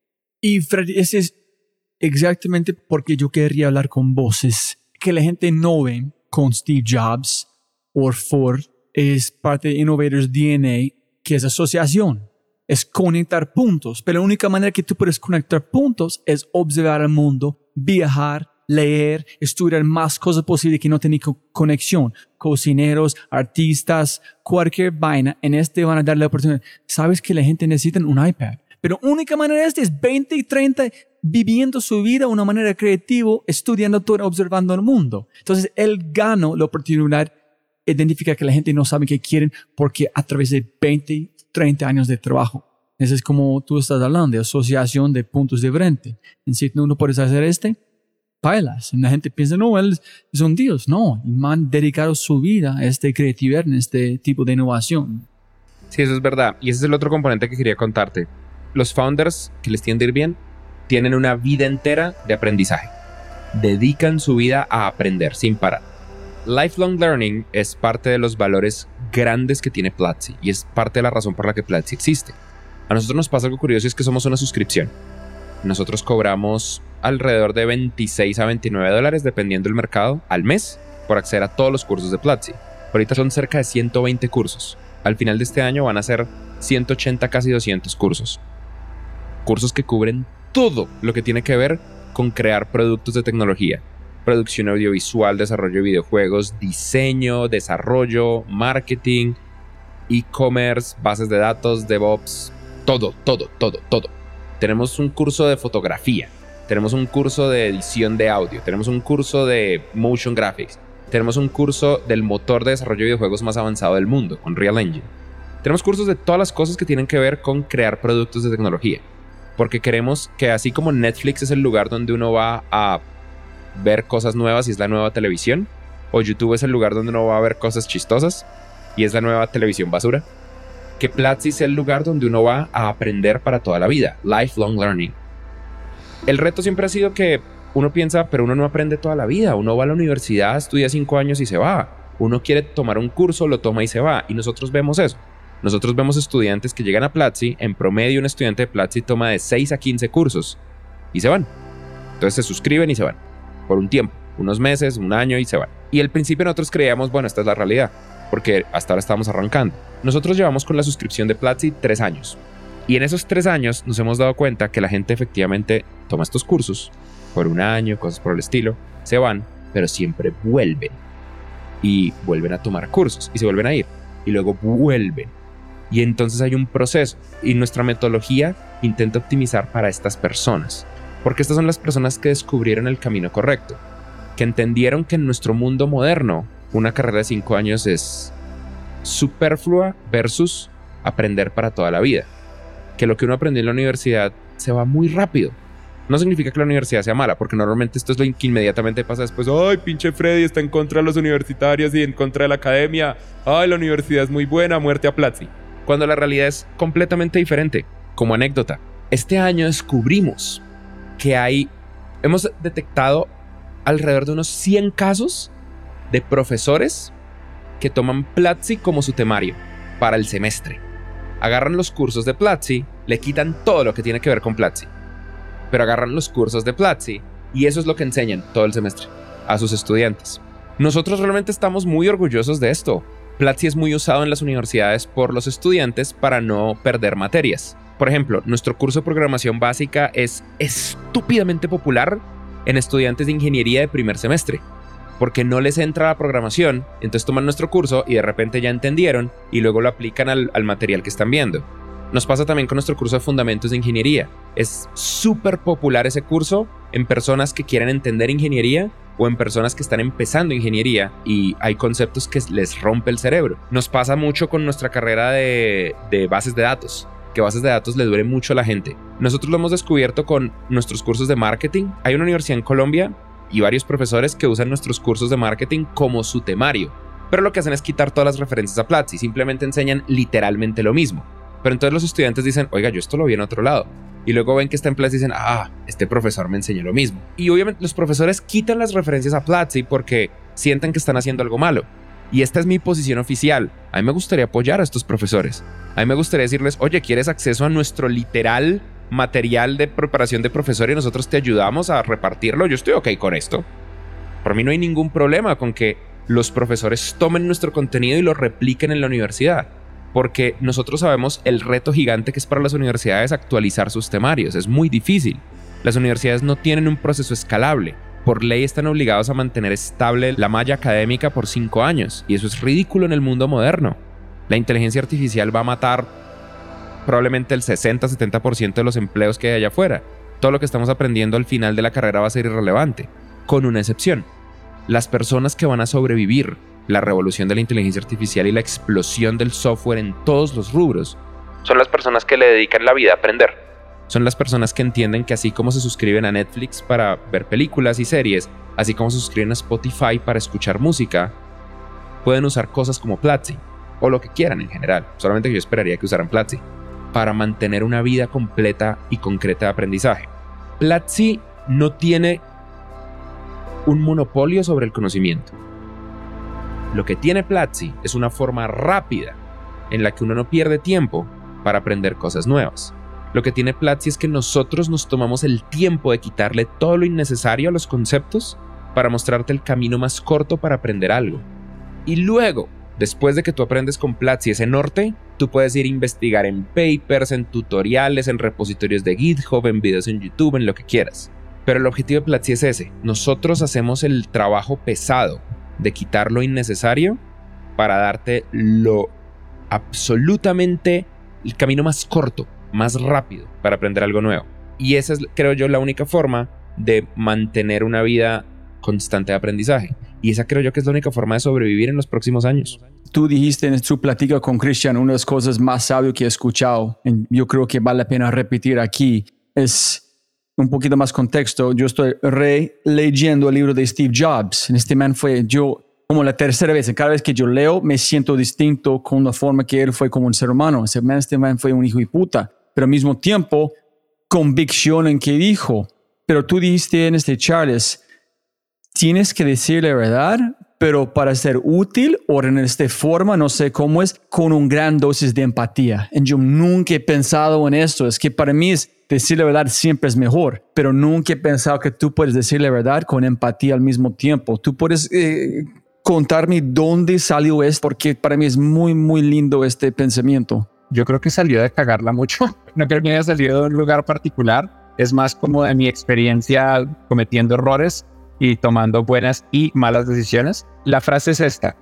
Y Freddy, ese es exactamente porque yo quería hablar con vos. Es que la gente no ve con Steve Jobs o Ford. Es parte de Innovators D N A, que es asociación. Es conectar puntos. Pero la única manera que tú puedes conectar puntos es observar el mundo, viajar, leer, estudiar más cosas posibles que no tienen conexión. Cocineros, artistas, cualquier vaina. En este van a darle la oportunidad. ¿Sabes que la gente necesita un iPad? Pero la única manera de este es veinte y treinta viviendo su vida de una manera creativa, estudiando todo, observando el mundo. Entonces, él ganó la oportunidad de identificar que la gente no sabe qué quieren porque a través de veinte, treinta años de trabajo. Eso es como tú estás hablando, de asociación de puntos de frente. En si uno puede hacer este, bailas. La gente piensa, no, él es un dios. No, el man dedicado su vida a esta creatividad, en este tipo de innovación. Sí, eso es verdad. Y ese es el otro componente que quería contarte. Los founders que les tiende a ir bien tienen una vida entera de aprendizaje. Dedican su vida a aprender sin parar. Lifelong learning es parte de los valores grandes que tiene Platzi y es parte de la razón por la que Platzi existe. A nosotros nos pasa algo curioso y es que somos una suscripción. Nosotros cobramos alrededor de veintiséis a veintinueve dólares dependiendo del mercado al mes por acceder a todos los cursos de Platzi. Ahorita son cerca de ciento veinte cursos. Al final de este año van a ser ciento ochenta, casi doscientos cursos. Cursos que cubren todo lo que tiene que ver con crear productos de tecnología. Producción audiovisual, desarrollo de videojuegos, diseño, desarrollo, marketing, e-commerce, bases de datos, DevOps, todo, todo, todo, todo. Tenemos un curso de fotografía, tenemos un curso de edición de audio, tenemos un curso de motion graphics, tenemos un curso del motor de desarrollo de videojuegos más avanzado del mundo, Unreal Engine. Tenemos cursos de todas las cosas que tienen que ver con crear productos de tecnología. Porque queremos que así como Netflix es el lugar donde uno va a ver cosas nuevas y es la nueva televisión, o YouTube es el lugar donde uno va a ver cosas chistosas y es la nueva televisión basura, que Platzi es el lugar donde uno va a aprender para toda la vida, lifelong learning. El reto siempre ha sido que uno piensa, pero uno no aprende toda la vida, uno va a la universidad, estudia cinco años y se va, uno quiere tomar un curso, lo toma y se va, y nosotros vemos eso. Nosotros vemos estudiantes que llegan a Platzi, en promedio un estudiante de Platzi toma de seis a quince cursos y se van. Entonces se suscriben y se van, por un tiempo, unos meses, un año y se van. Y al principio nosotros creíamos, bueno, esta es la realidad, porque hasta ahora estábamos arrancando. Nosotros llevamos con la suscripción de Platzi tres años. Y en esos tres años nos hemos dado cuenta que la gente efectivamente toma estos cursos por un año, cosas por el estilo, se van, pero siempre vuelven. Y vuelven a tomar cursos y se vuelven a ir. Y luego vuelven. Y entonces hay un proceso. Y nuestra metodología intenta optimizar para estas personas. Porque estas son las personas que descubrieron el camino correcto. Que entendieron que en nuestro mundo moderno una carrera de cinco años es superflua versus aprender para toda la vida. Que lo que uno aprendió en la universidad se va muy rápido. No significa que la universidad sea mala, porque normalmente esto es lo que inmediatamente pasa después. ¡Ay, pinche Freddy está en contra de los universitarios y en contra de la academia! ¡Ay, la universidad es muy buena, muerte a Platzi! Cuando la realidad es completamente diferente. Como anécdota, este año descubrimos que hay, hemos detectado alrededor de unos cien casos de profesores que toman Platzi como su temario para el semestre. Agarran los cursos de Platzi, le quitan todo lo que tiene que ver con Platzi, pero agarran los cursos de Platzi y eso es lo que enseñan todo el semestre a sus estudiantes. Nosotros realmente estamos muy orgullosos de esto. Platzi es muy usado en las universidades por los estudiantes para no perder materias. Por ejemplo, nuestro curso de programación básica es estúpidamente popular en estudiantes de ingeniería de primer semestre, porque no les entra la programación, entonces toman nuestro curso y de repente ya entendieron y luego lo aplican al, al material que están viendo. Nos pasa también con nuestro curso de fundamentos de ingeniería. Es súper popular ese curso en personas que quieren entender ingeniería o en personas que están empezando ingeniería y hay conceptos que les rompe el cerebro. Nos pasa mucho con nuestra carrera de, de bases de datos. que bases de datos le dure mucho a la gente. Nosotros lo hemos descubierto con nuestros cursos de marketing. Hay una universidad en Colombia y varios profesores que usan nuestros cursos de marketing como su temario, pero lo que hacen es quitar todas las referencias a Platzi, simplemente enseñan literalmente lo mismo. Pero entonces los estudiantes dicen, oiga, yo esto lo vi en otro lado. Y luego ven que está en Platzi y dicen, ah, este profesor me enseñó lo mismo. Y obviamente los profesores quitan las referencias a Platzi porque sienten que están haciendo algo malo. Y esta es mi posición oficial. A mí me gustaría apoyar a estos profesores. A mí me gustaría decirles, oye, ¿quieres acceso a nuestro literal material de preparación de profesor y nosotros te ayudamos a repartirlo? Yo estoy ok con esto. Por mí no hay ningún problema con que los profesores tomen nuestro contenido y lo repliquen en la universidad. Porque nosotros sabemos el reto gigante que es para las universidades actualizar sus temarios. Es muy difícil. Las universidades no tienen un proceso escalable. Por ley están obligados a mantener estable la malla académica por cinco años. Y eso es ridículo en el mundo moderno. La inteligencia artificial va a matar probablemente el sesenta a setenta por ciento de los empleos que hay allá afuera. Todo lo que estamos aprendiendo al final de la carrera va a ser irrelevante. Con una excepción. Las personas que van a sobrevivir la revolución de la inteligencia artificial y la explosión del software en todos los rubros son las personas que le dedican la vida a aprender. Son las personas que entienden que así como se suscriben a Netflix para ver películas y series, así como se suscriben a Spotify para escuchar música, pueden usar cosas como Platzi, o lo que quieran en general, solamente que yo esperaría que usaran Platzi, para mantener una vida completa y concreta de aprendizaje. Platzi no tiene un monopolio sobre el conocimiento. Lo que tiene Platzi es una forma rápida en la que uno no pierde tiempo para aprender cosas nuevas. Lo que tiene Platzi es que nosotros nos tomamos el tiempo de quitarle todo lo innecesario a los conceptos para mostrarte el camino más corto para aprender algo. Y luego, después de que tú aprendes con Platzi ese norte, tú puedes ir a investigar en papers, en tutoriales, en repositorios de GitHub, en videos en YouTube, en lo que quieras. Pero el objetivo de Platzi es ese. Nosotros hacemos el trabajo pesado de quitar lo innecesario para darte lo absolutamente, el camino más corto, más rápido para aprender algo nuevo. Y esa es, creo yo, la única forma de mantener una vida constante de aprendizaje. Y esa creo yo que es la única forma de sobrevivir en los próximos años. Tú dijiste en su plática con Christian, una de las cosas más sabias que he escuchado, y yo creo que vale la pena repetir aquí, es un poquito más contexto. Yo estoy releyendo el libro de Steve Jobs. Este man fue, yo, como la tercera vez, cada vez que yo leo, me siento distinto con la forma que él fue como un ser humano. Ese man, este man fue un hijo de puta, pero al mismo tiempo, convicción en que dijo. Pero tú dijiste en este, Charles, tienes que decir la verdad, pero para ser útil o en esta forma, no sé cómo es, con un gran dosis de empatía. Y yo nunca he pensado en esto. Es que para mí es decir la verdad siempre es mejor, pero nunca he pensado que tú puedes decir la verdad con empatía al mismo tiempo. Tú puedes eh, contarme dónde salió esto, porque para mí es muy, muy lindo este pensamiento. Yo creo que salió de cagarla mucho. No creo que haya salido de un lugar particular. Es más como de mi experiencia cometiendo errores y tomando buenas y malas decisiones. La frase es esta: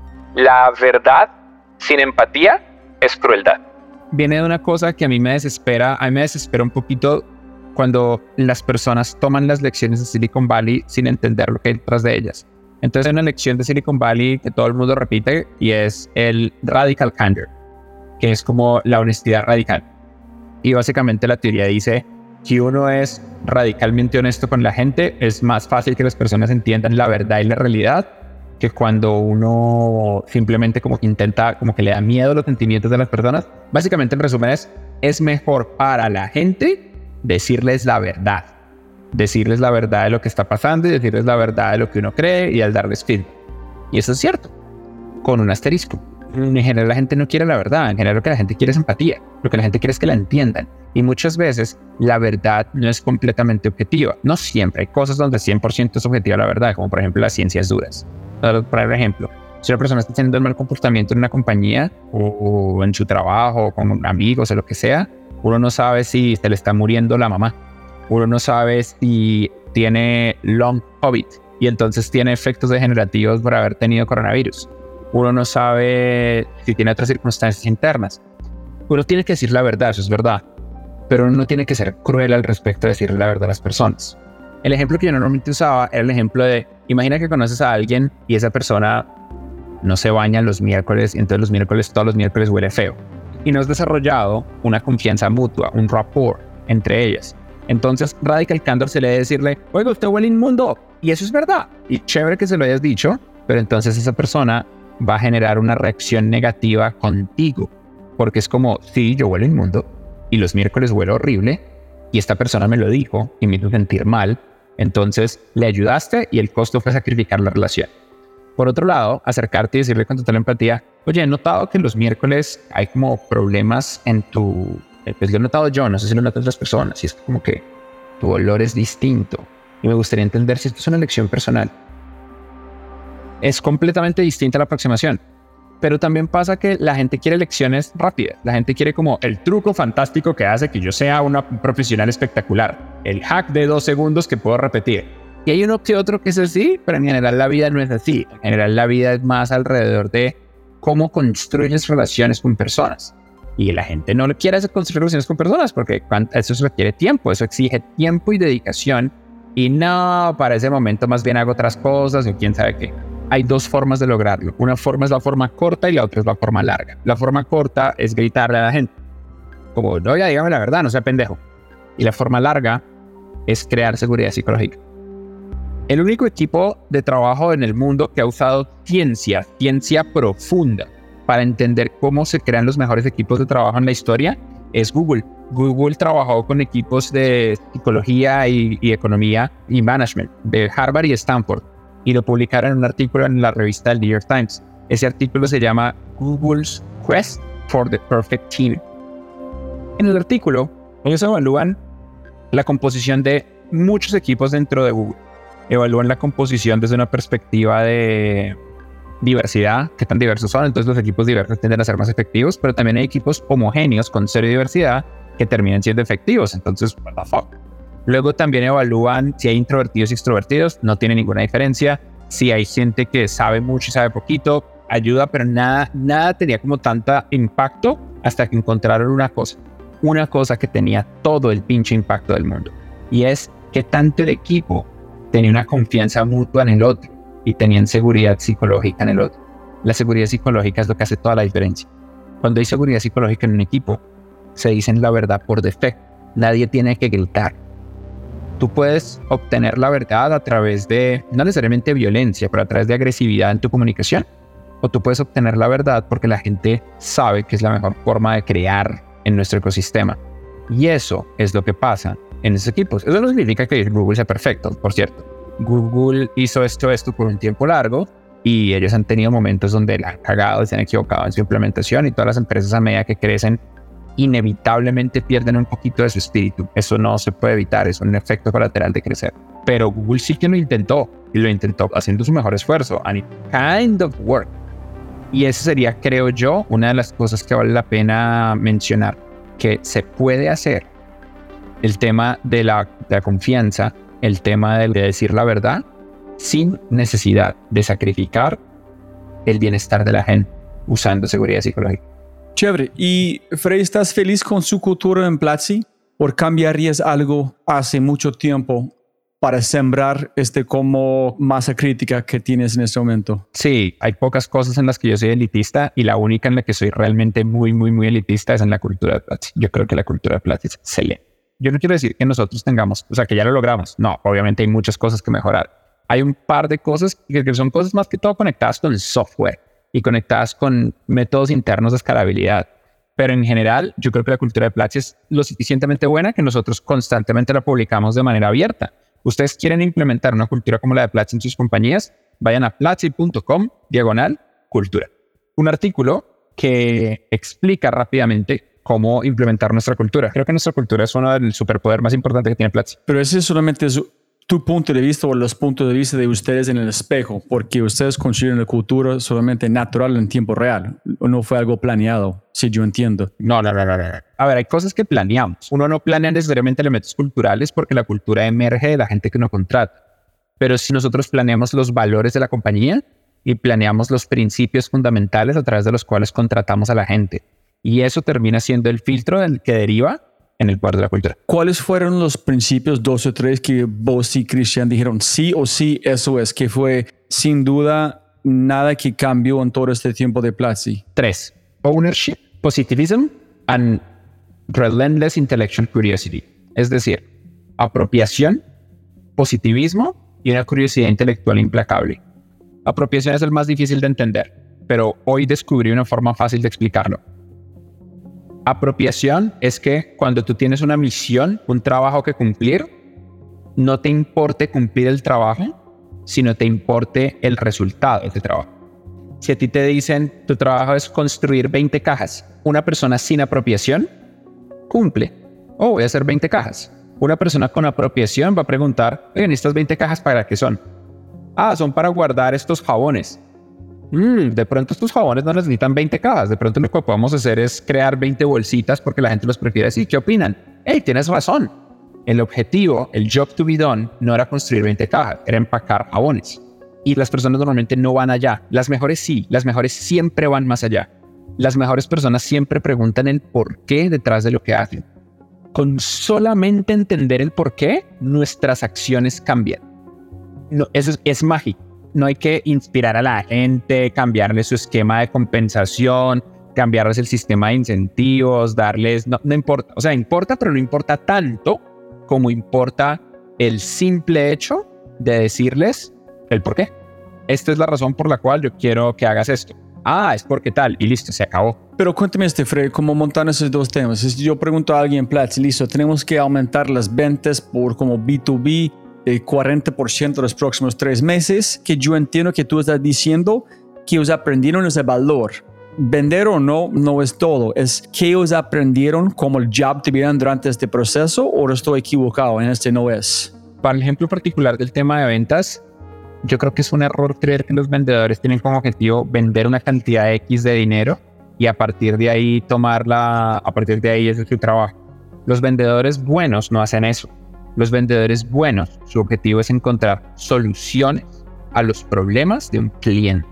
la verdad sin empatía es crueldad. Viene de una cosa que a mí me desespera, a mí me desespera un poquito cuando las personas toman las lecciones de Silicon Valley sin entender lo que hay detrás de ellas. Entonces hay una lección de Silicon Valley que todo el mundo repite y es el radical candor, que es como la honestidad radical. Y básicamente la teoría dice, si uno es radicalmente honesto con la gente, es más fácil que las personas entiendan la verdad y la realidad que cuando uno simplemente como que intenta, como que le da miedo a los sentimientos de las personas. Básicamente el resumen es, es mejor para la gente decirles la verdad. Decirles la verdad de lo que está pasando y decirles la verdad de lo que uno cree y al darles feedback. Y eso es cierto, con un asterisco. En general la gente no quiere la verdad, en general lo que la gente quiere es empatía. Lo que la gente quiere es que la entiendan. Y muchas veces la verdad no es completamente objetiva. No siempre, hay cosas donde cien por ciento es objetiva la verdad, como por ejemplo las ciencias duras. Por ejemplo, si una persona está teniendo un mal comportamiento en una compañía o, o en su trabajo o con amigos o lo que sea, uno no sabe si se le está muriendo la mamá. Uno no sabe si tiene long COVID y entonces tiene efectos degenerativos por haber tenido coronavirus. Uno no sabe si tiene otras circunstancias internas. Uno tiene que decir la verdad, eso es verdad, pero uno no tiene que ser cruel al respecto de decirle la verdad a las personas. El ejemplo que yo normalmente usaba era el ejemplo de, imagina que conoces a alguien y esa persona no se baña los miércoles y entonces los miércoles, todos los miércoles huele feo. y no has desarrollado una confianza mutua, un rapport entre ellas. Entonces, Radical Candor se le debe decirle, oiga, usted huele inmundo, y eso es verdad. Y chévere que se lo hayas dicho, pero entonces esa persona va a generar una reacción negativa contigo, porque es como, sí, yo huelo inmundo, y los miércoles huelo horrible, y esta persona me lo dijo, y me hizo sentir mal, entonces le ayudaste, y el costo fue sacrificar la relación. Por otro lado, acercarte y decirle con total empatía, oye, he notado que los miércoles hay como problemas en tu... Pues lo he notado yo, no sé si lo notan otras personas, y es como que tu olor es distinto, y me gustaría entender si esto es una elección personal. Es completamente distinta la aproximación, pero también pasa que la gente quiere lecciones rápidas, la gente quiere como el truco fantástico que hace que yo sea una profesional espectacular, el hack de dos segundos que puedo repetir. Y hay uno que otro que es así, pero en general la vida no es así. En general la vida es más alrededor de cómo construyes relaciones con personas. Y la gente no quiere hacer construir relaciones con personas porque eso requiere tiempo, eso exige tiempo y dedicación. Y no, para ese momento más bien hago otras cosas o quién sabe qué. Hay dos formas de lograrlo. Una forma es la forma corta y la otra es la forma larga. La forma corta es gritarle a la gente, como, no, ya dígame la verdad, no sea pendejo. Y la forma larga es crear seguridad psicológica. El único equipo de trabajo en el mundo que ha usado ciencia, ciencia profunda, para entender cómo se crean los mejores equipos de trabajo en la historia es Google. Google trabajó con equipos de psicología y, y economía y management de Harvard y Stanford y lo publicaron en un artículo en la revista del New York Times. Ese artículo se llama Google's Quest for the Perfect Team. En el artículo, ellos evalúan la composición de muchos equipos dentro de Google. Evalúan la composición desde una perspectiva de diversidad, qué tan diversos son, entonces los equipos diversos tienden a ser más efectivos, pero también hay equipos homogéneos con cero diversidad que terminan siendo efectivos, entonces, what the fuck. Luego también evalúan si hay introvertidos y extrovertidos, no tiene ninguna diferencia. Si hay gente que sabe mucho y sabe poquito, ayuda, pero nada, nada tenía como tanta impacto hasta que encontraron una cosa, una cosa que tenía todo el pinche impacto del mundo, y es que tanto el equipo tenía una confianza mutua en el otro y tenían seguridad psicológica en el otro. La seguridad psicológica es lo que hace toda la diferencia. Cuando hay seguridad psicológica en un equipo, se dicen la verdad por defecto. Nadie tiene que gritar. Tú puedes obtener la verdad a través de, no necesariamente violencia, pero a través de agresividad en tu comunicación. O tú puedes obtener la verdad porque la gente sabe que es la mejor forma de crear en nuestro ecosistema. Y eso es lo que pasa en esos equipos. Eso no significa que Google sea perfecto, por cierto. Google hizo esto, esto por un tiempo largo y ellos han tenido momentos donde la han cagado, se han equivocado en su implementación, y todas las empresas a medida que crecen inevitablemente pierden un poquito de su espíritu. Eso no se puede evitar, es un efecto colateral de crecer. Pero Google sí que lo intentó y lo intentó haciendo su mejor esfuerzo, and it kind of worked. Y esa sería, creo yo, una de las cosas que vale la pena mencionar, que se puede hacer. El tema de la, de la confianza, el tema de, de decir la verdad sin necesidad de sacrificar el bienestar de la gente usando seguridad psicológica. Chévere. ¿Y Frey, estás feliz con su cultura en Platzi? ¿O cambiarías algo hace mucho tiempo para sembrar este como masa crítica que tienes en este momento? Sí, hay pocas cosas en las que yo soy elitista y la única en la que soy realmente muy, muy, muy elitista es en la cultura de Platzi. Yo creo que la cultura de Platzi es excelente. Yo no quiero decir que nosotros tengamos, o sea, que ya lo logramos. No, obviamente hay muchas cosas que mejorar. Hay un par de cosas que, que son cosas más que todo conectadas con el software y conectadas con métodos internos de escalabilidad. Pero en general, yo creo que la cultura de Platzi es lo suficientemente buena que nosotros constantemente la publicamos de manera abierta. Ustedes quieren implementar una cultura como la de Platzi en sus compañías, vayan a platzi punto com diagonal cultura. Un artículo que explica rápidamente cómo implementar nuestra cultura. Creo que nuestra cultura es uno del superpoder más importante que tiene Platzi. Pero ese solamente es tu punto de vista o los puntos de vista de ustedes en el espejo, porque ustedes construyen la cultura solamente natural en tiempo real. No fue algo planeado, si yo entiendo. No, no, no, no, no. A ver, hay cosas que planeamos. Uno no planea necesariamente elementos culturales porque la cultura emerge de la gente que uno contrata. Pero si nosotros planeamos los valores de la compañía y planeamos los principios fundamentales a través de los cuales contratamos a la gente. Y eso termina siendo el filtro del que deriva en el poder de la cultura. ¿Cuáles fueron los principios, dos o tres, que vos y Cristian dijeron sí o sí, eso es, que fue sin duda nada que cambió en todo este tiempo de Platzi? Tres. Ownership. Positivism and relentless intellectual curiosity. Es decir, apropiación, positivismo y una curiosidad intelectual implacable. Apropiación es el más difícil de entender, pero hoy descubrí una forma fácil de explicarlo. Apropiación es que cuando tú tienes una misión, un trabajo que cumplir, no te importe cumplir el trabajo, sino te importe el resultado de ese trabajo. Si a ti te dicen, tu trabajo es construir veinte cajas, una persona sin apropiación cumple, oh, voy a hacer veinte cajas. Una persona con apropiación va a preguntar, oigan, ¿estas veinte cajas para qué son? Ah, son para guardar estos jabones. Mm, de pronto estos jabones no necesitan veinte cajas. De pronto lo que podemos hacer es crear veinte bolsitas porque la gente los prefiere así. ¿Qué opinan? Hey, tienes razón. El objetivo, el job to be done, no era construir veinte cajas, era empacar jabones. Y las personas normalmente no van allá. Las mejores sí, las mejores siempre van más allá. Las mejores personas siempre preguntan el por qué detrás de lo que hacen. Con solamente entender el por qué, nuestras acciones cambian. No, eso es, es mágico. No hay que inspirar a la gente, cambiarle su esquema de compensación, cambiarles el sistema de incentivos, darles... No, no importa. O sea, importa, pero no importa tanto como importa el simple hecho de decirles el por qué. Esta es la razón por la cual yo quiero que hagas esto. Ah, es porque tal, y listo, se acabó. Pero cuéntame, este Fred, ¿cómo montan esos dos temas? Si yo pregunto a alguien, Platzi, listo, tenemos que aumentar las ventas por como B dos B el cuarenta por ciento los próximos tres meses, que yo entiendo que tú estás diciendo que ellos aprendieron ese valor. Vender o no, no es todo. Es que ellos aprendieron como el job tuvieron durante este proceso, o estoy equivocado en este no es. Para el ejemplo particular del tema de ventas, yo creo que es un error creer que los vendedores tienen como objetivo vender una cantidad X de dinero y a partir de ahí tomarla, a partir de ahí ese es su trabajo. Los vendedores buenos no hacen eso. Los vendedores buenos, su objetivo es encontrar soluciones a los problemas de un cliente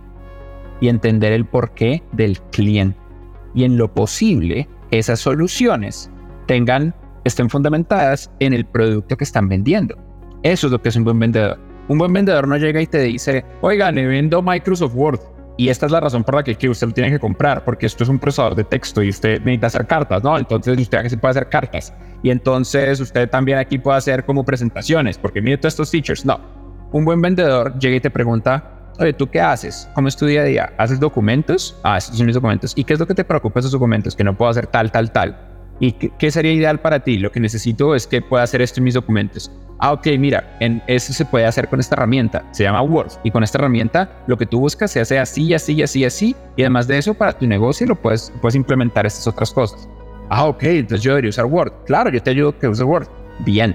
y entender el porqué del cliente. Y en lo posible, esas soluciones tengan, estén fundamentadas en el producto que están vendiendo. Eso es lo que es un buen vendedor. Un buen vendedor no llega y te dice, oiga, le vendo Microsoft Word. Y esta es la razón por la que, que usted lo tiene que comprar, porque esto es un procesador de texto y usted necesita hacer cartas, ¿no? Entonces usted aquí se puede hacer cartas. Y entonces usted también aquí puede hacer como presentaciones, porque mire todos estos features. No. Un buen vendedor llega y te pregunta, oye, ¿tú qué haces? ¿Cómo es tu día a día? ¿Haces documentos? Ah, estos son mis documentos. ¿Y qué es lo que te preocupa de esos documentos? Que no puedo hacer tal, tal, tal. ¿Y qué, qué sería ideal para ti? Lo que necesito es que pueda hacer esto en mis documentos. Ah, ok, mira, en eso se puede hacer con esta herramienta. Se llama Word. Y con esta herramienta lo que tú buscas se hace así, así, así, así. Y además de eso, para tu negocio lo puedes, puedes implementar estas otras cosas. Ah, ok, entonces yo debería usar Word. Claro, yo te ayudo a que uses Word. Bien.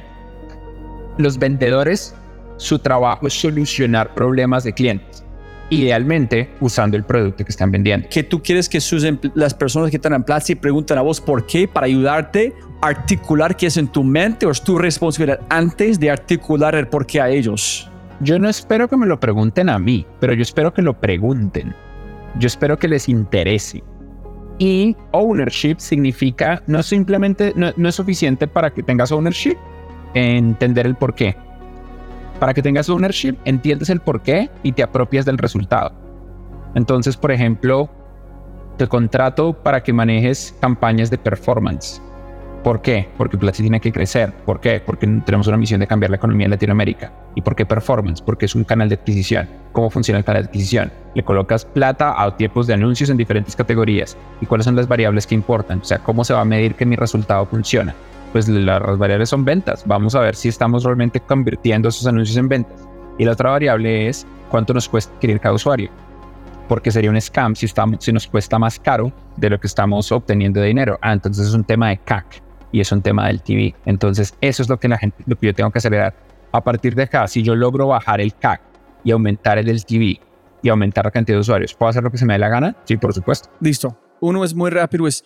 Los vendedores, su trabajo es solucionar problemas de clientes. Idealmente usando el producto que están vendiendo. Que tú quieres que sus, las personas que están en Platzi pregunten a vos por qué para ayudarte a articular qué es en tu mente, o es tu responsabilidad antes de articular el por qué a ellos. Yo no espero que me lo pregunten a mí, pero yo espero que lo pregunten. Yo espero que les interese. Y ownership significa no simplemente, no, no es suficiente para que tengas ownership, entender el por qué. Para que tengas ownership, entiendes el por qué y te apropias del resultado. Entonces, por ejemplo, te contrato para que manejes campañas de performance. ¿Por qué? Porque Platzi tiene que crecer. ¿Por qué? Porque tenemos una misión de cambiar la economía en Latinoamérica. ¿Y por qué performance? Porque es un canal de adquisición. ¿Cómo funciona el canal de adquisición? Le colocas plata a tipos de anuncios en diferentes categorías. ¿Y cuáles son las variables que importan? O sea, ¿cómo se va a medir que mi resultado funciona? Pues las variables son ventas. Vamos a ver si estamos realmente convirtiendo esos anuncios en ventas. Y la otra variable es cuánto nos cuesta adquirir cada usuario. Porque sería un scam si, estamos, si nos cuesta más caro de lo que estamos obteniendo de dinero. Ah, entonces es un tema de C A C y es un tema del T V. Entonces eso es lo que la gente, lo que yo tengo que acelerar. A partir de acá, si yo logro bajar el C A C y aumentar el del T V y aumentar la cantidad de usuarios, ¿puedo hacer lo que se me dé la gana? Sí, por supuesto. Listo. Uno es muy rápido, es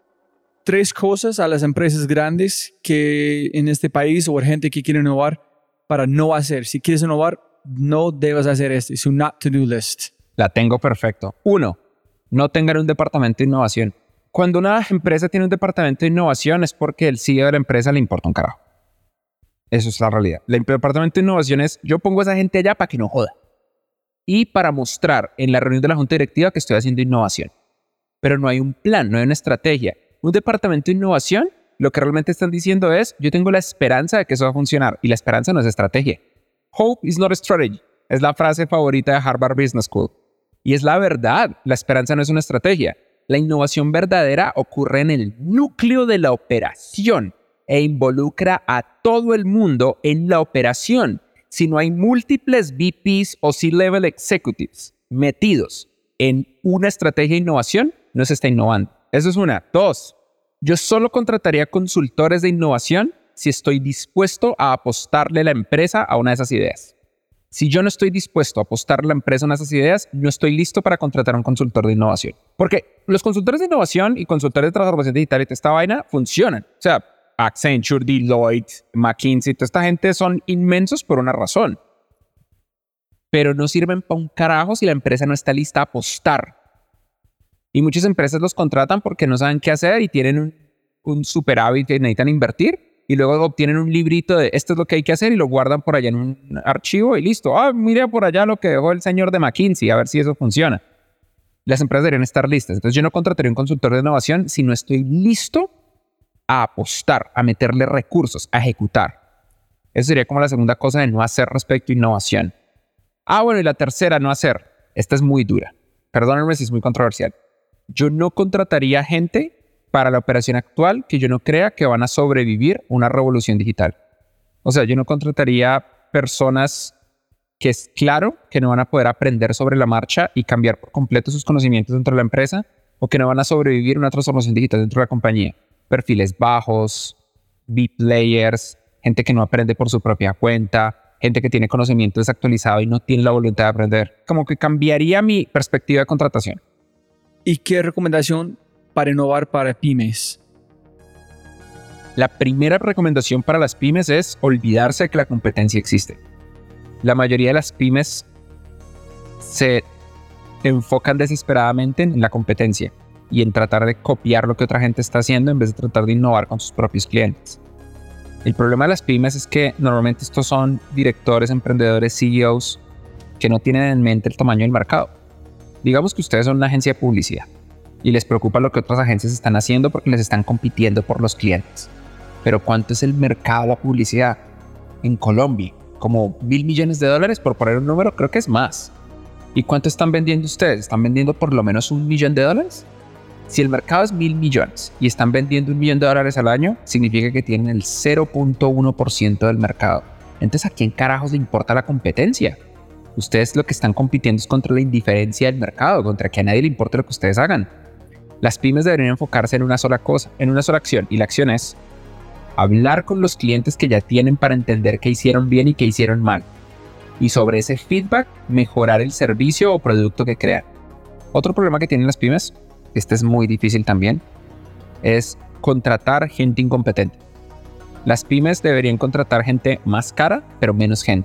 tres cosas a las empresas grandes que en este país o gente que quiere innovar para no hacer. Si quieres innovar, no debes hacer esto. Es un not to do list. La tengo perfecto. Uno, no tengan un departamento de innovación. Cuando una empresa tiene un departamento de innovación es porque el C E O de la empresa le importa un carajo. Eso es la realidad. El departamento de innovación es, yo pongo a esa gente allá para que no joda. Y para mostrar en la reunión de la junta directiva que estoy haciendo innovación. pero no hay un plan, no hay una estrategia. Un departamento de innovación, lo que realmente están diciendo es, yo tengo la esperanza de que eso va a funcionar, y la esperanza no es estrategia. Hope is not a strategy. Es la frase favorita de Harvard Business School. Y es la verdad, la esperanza no es una estrategia. La innovación verdadera ocurre en el núcleo de la operación e involucra a todo el mundo en la operación. Si no hay múltiples V Ps o C-level executives metidos en una estrategia de innovación, no se está innovando. Eso es una. Dos, yo solo contrataría consultores de innovación si estoy dispuesto a apostarle la empresa a una de esas ideas. Si yo no estoy dispuesto a apostarle la empresa a una de esas ideas, no estoy listo para contratar a un consultor de innovación. Porque los consultores de innovación y consultores de transformación digital y toda esta vaina funcionan. O sea, Accenture, Deloitte, McKinsey, toda esta gente son inmensos por una razón. Pero no sirven para un carajo si la empresa no está lista a apostar. Y muchas empresas los contratan porque no saben qué hacer y tienen un, un superávit que necesitan invertir. Y luego obtienen un librito de esto es lo que hay que hacer y lo guardan por allá en un archivo y listo. Ah, mire por allá lo que dejó el señor de McKinsey, a ver si eso funciona. Las empresas deberían estar listas. Entonces yo no contrataría un consultor de innovación si no estoy listo a apostar, a meterle recursos, a ejecutar. Eso sería como la segunda cosa de no hacer respecto a innovación. Ah, bueno, y la tercera, no hacer. Esta es muy dura. Perdónenme si es muy controversial. Yo no contrataría gente para la operación actual que yo no crea que van a sobrevivir una revolución digital. O sea, yo no contrataría personas que es claro que no van a poder aprender sobre la marcha y cambiar por completo sus conocimientos dentro de la empresa o que no van a sobrevivir una transformación digital dentro de la compañía. Perfiles bajos, B-players, gente que no aprende por su propia cuenta, gente que tiene conocimiento desactualizado y no tiene la voluntad de aprender. Como que cambiaría mi perspectiva de contratación. ¿Y qué recomendación para innovar para pymes? La primera recomendación para las pymes es olvidarse de que la competencia existe. La mayoría de las pymes se enfocan desesperadamente en la competencia y en tratar de copiar lo que otra gente está haciendo en vez de tratar de innovar con sus propios clientes. El problema de las pymes es que normalmente estos son directores, emprendedores, C E Os que no tienen en mente el tamaño del mercado. Digamos que ustedes son una agencia de publicidad y les preocupa lo que otras agencias están haciendo porque les están compitiendo por los clientes. Pero ¿cuánto es el mercado de la publicidad? En Colombia, como mil millones de dólares, por poner un número, creo que es más. ¿Y cuánto están vendiendo ustedes? ¿Están vendiendo por lo menos un millón de dólares? Si el mercado es mil millones y están vendiendo un millón de dólares al año, significa que tienen el cero punto uno por ciento del mercado. Entonces, ¿a quién carajos le importa la competencia? Ustedes lo que están compitiendo es contra la indiferencia del mercado, contra que a nadie le importe lo que ustedes hagan. Las pymes deberían enfocarse en una sola cosa, en una sola acción, y la acción es hablar con los clientes que ya tienen para entender qué hicieron bien y qué hicieron mal. Y sobre ese feedback, mejorar el servicio o producto que crean. Otro problema que tienen las pymes, este es muy difícil también, es contratar gente incompetente. Las pymes deberían contratar gente más cara, pero menos gente.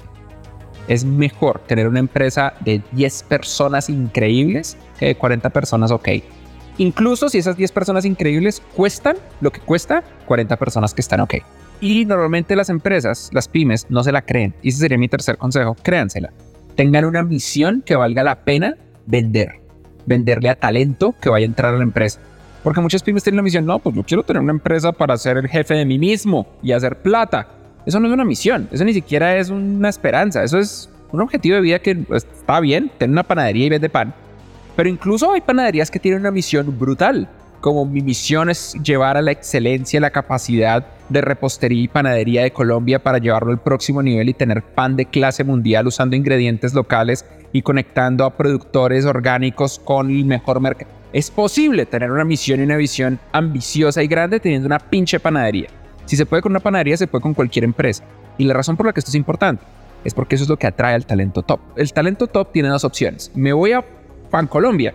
Es mejor tener una empresa de diez personas increíbles que de cuarenta personas ok. Incluso si esas diez personas increíbles cuestan lo que cuesta cuarenta personas que están ok. Y normalmente las empresas, las pymes, no se la creen. Y ese sería mi tercer consejo, créansela. Tengan una misión que valga la pena vender. Venderle a talento que vaya a entrar a la empresa. Porque muchas pymes tienen la misión, no, pues yo quiero tener una empresa para ser el jefe de mí mismo y hacer plata. Eso no es una misión, eso ni siquiera es una esperanza, eso es un objetivo de vida que pues, está bien, tener una panadería y vende pan. Pero incluso hay panaderías que tienen una misión brutal, como mi misión es llevar a la excelencia la capacidad de repostería y panadería de Colombia para llevarlo al próximo nivel y tener pan de clase mundial usando ingredientes locales y conectando a productores orgánicos con el mejor mercado. Es posible tener una misión y una visión ambiciosa y grande teniendo una pinche panadería. Si se puede con una panadería, se puede con cualquier empresa. Y la razón por la que esto es importante es porque eso es lo que atrae al talento top. El talento top tiene dos opciones. Me voy a PanColombia,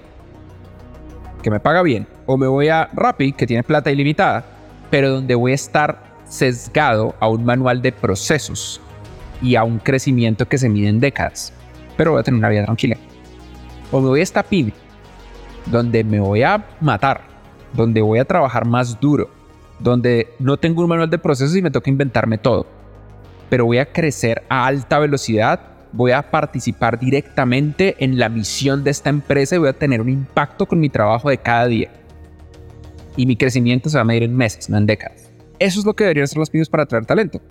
que me paga bien, o me voy a Rappi, que tiene plata ilimitada, pero donde voy a estar sesgado a un manual de procesos y a un crecimiento que se mide en décadas. Pero voy a tener una vida tranquila. O me voy a esta pyme, donde me voy a matar, donde voy a trabajar más duro, donde no tengo un manual de procesos y me toca inventarme todo, pero voy a crecer a alta velocidad voy a participar directamente en la misión de esta empresa y voy a tener un impacto con mi trabajo de cada día. Y mi crecimiento se va a medir en meses, no en décadas. Eso es lo que deberían hacer las pymes para atraer talento.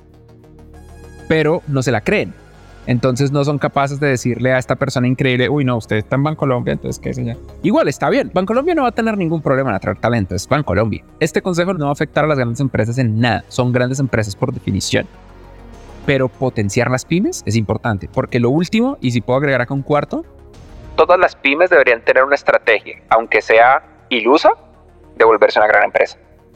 Pero no se la creen. Entonces no son capaces de decirle a esta persona increíble, uy no, usted está en Bancolombia, entonces qué sé yo. Igual está bien, Bancolombia no va a tener ningún problema en atraer talento, es Bancolombia. Este consejo no va a afectar a las grandes empresas en nada, son grandes empresas por definición. Pero potenciar las pymes es importante, porque lo último, y si puedo agregar acá un cuarto, todas las pymes deberían tener una estrategia, aunque sea ilusa, de volverse una gran empresa.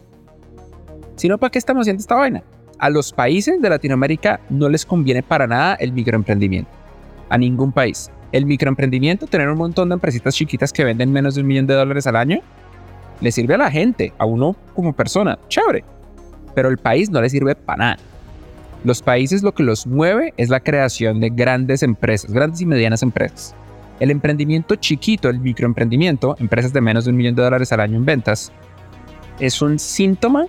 Si no, ¿para qué estamos haciendo esta vaina? A los países de Latinoamérica no les conviene para nada el microemprendimiento. A ningún país. El microemprendimiento, tener un montón de empresitas chiquitas que venden menos de un millón de dólares al año, le sirve a la gente, a uno como persona, chévere. Pero el país no le sirve para nada. Los países lo que los mueve es la creación de grandes empresas, grandes y medianas empresas. El emprendimiento chiquito, el microemprendimiento, empresas de menos de un millón de dólares al año en ventas, es un síntoma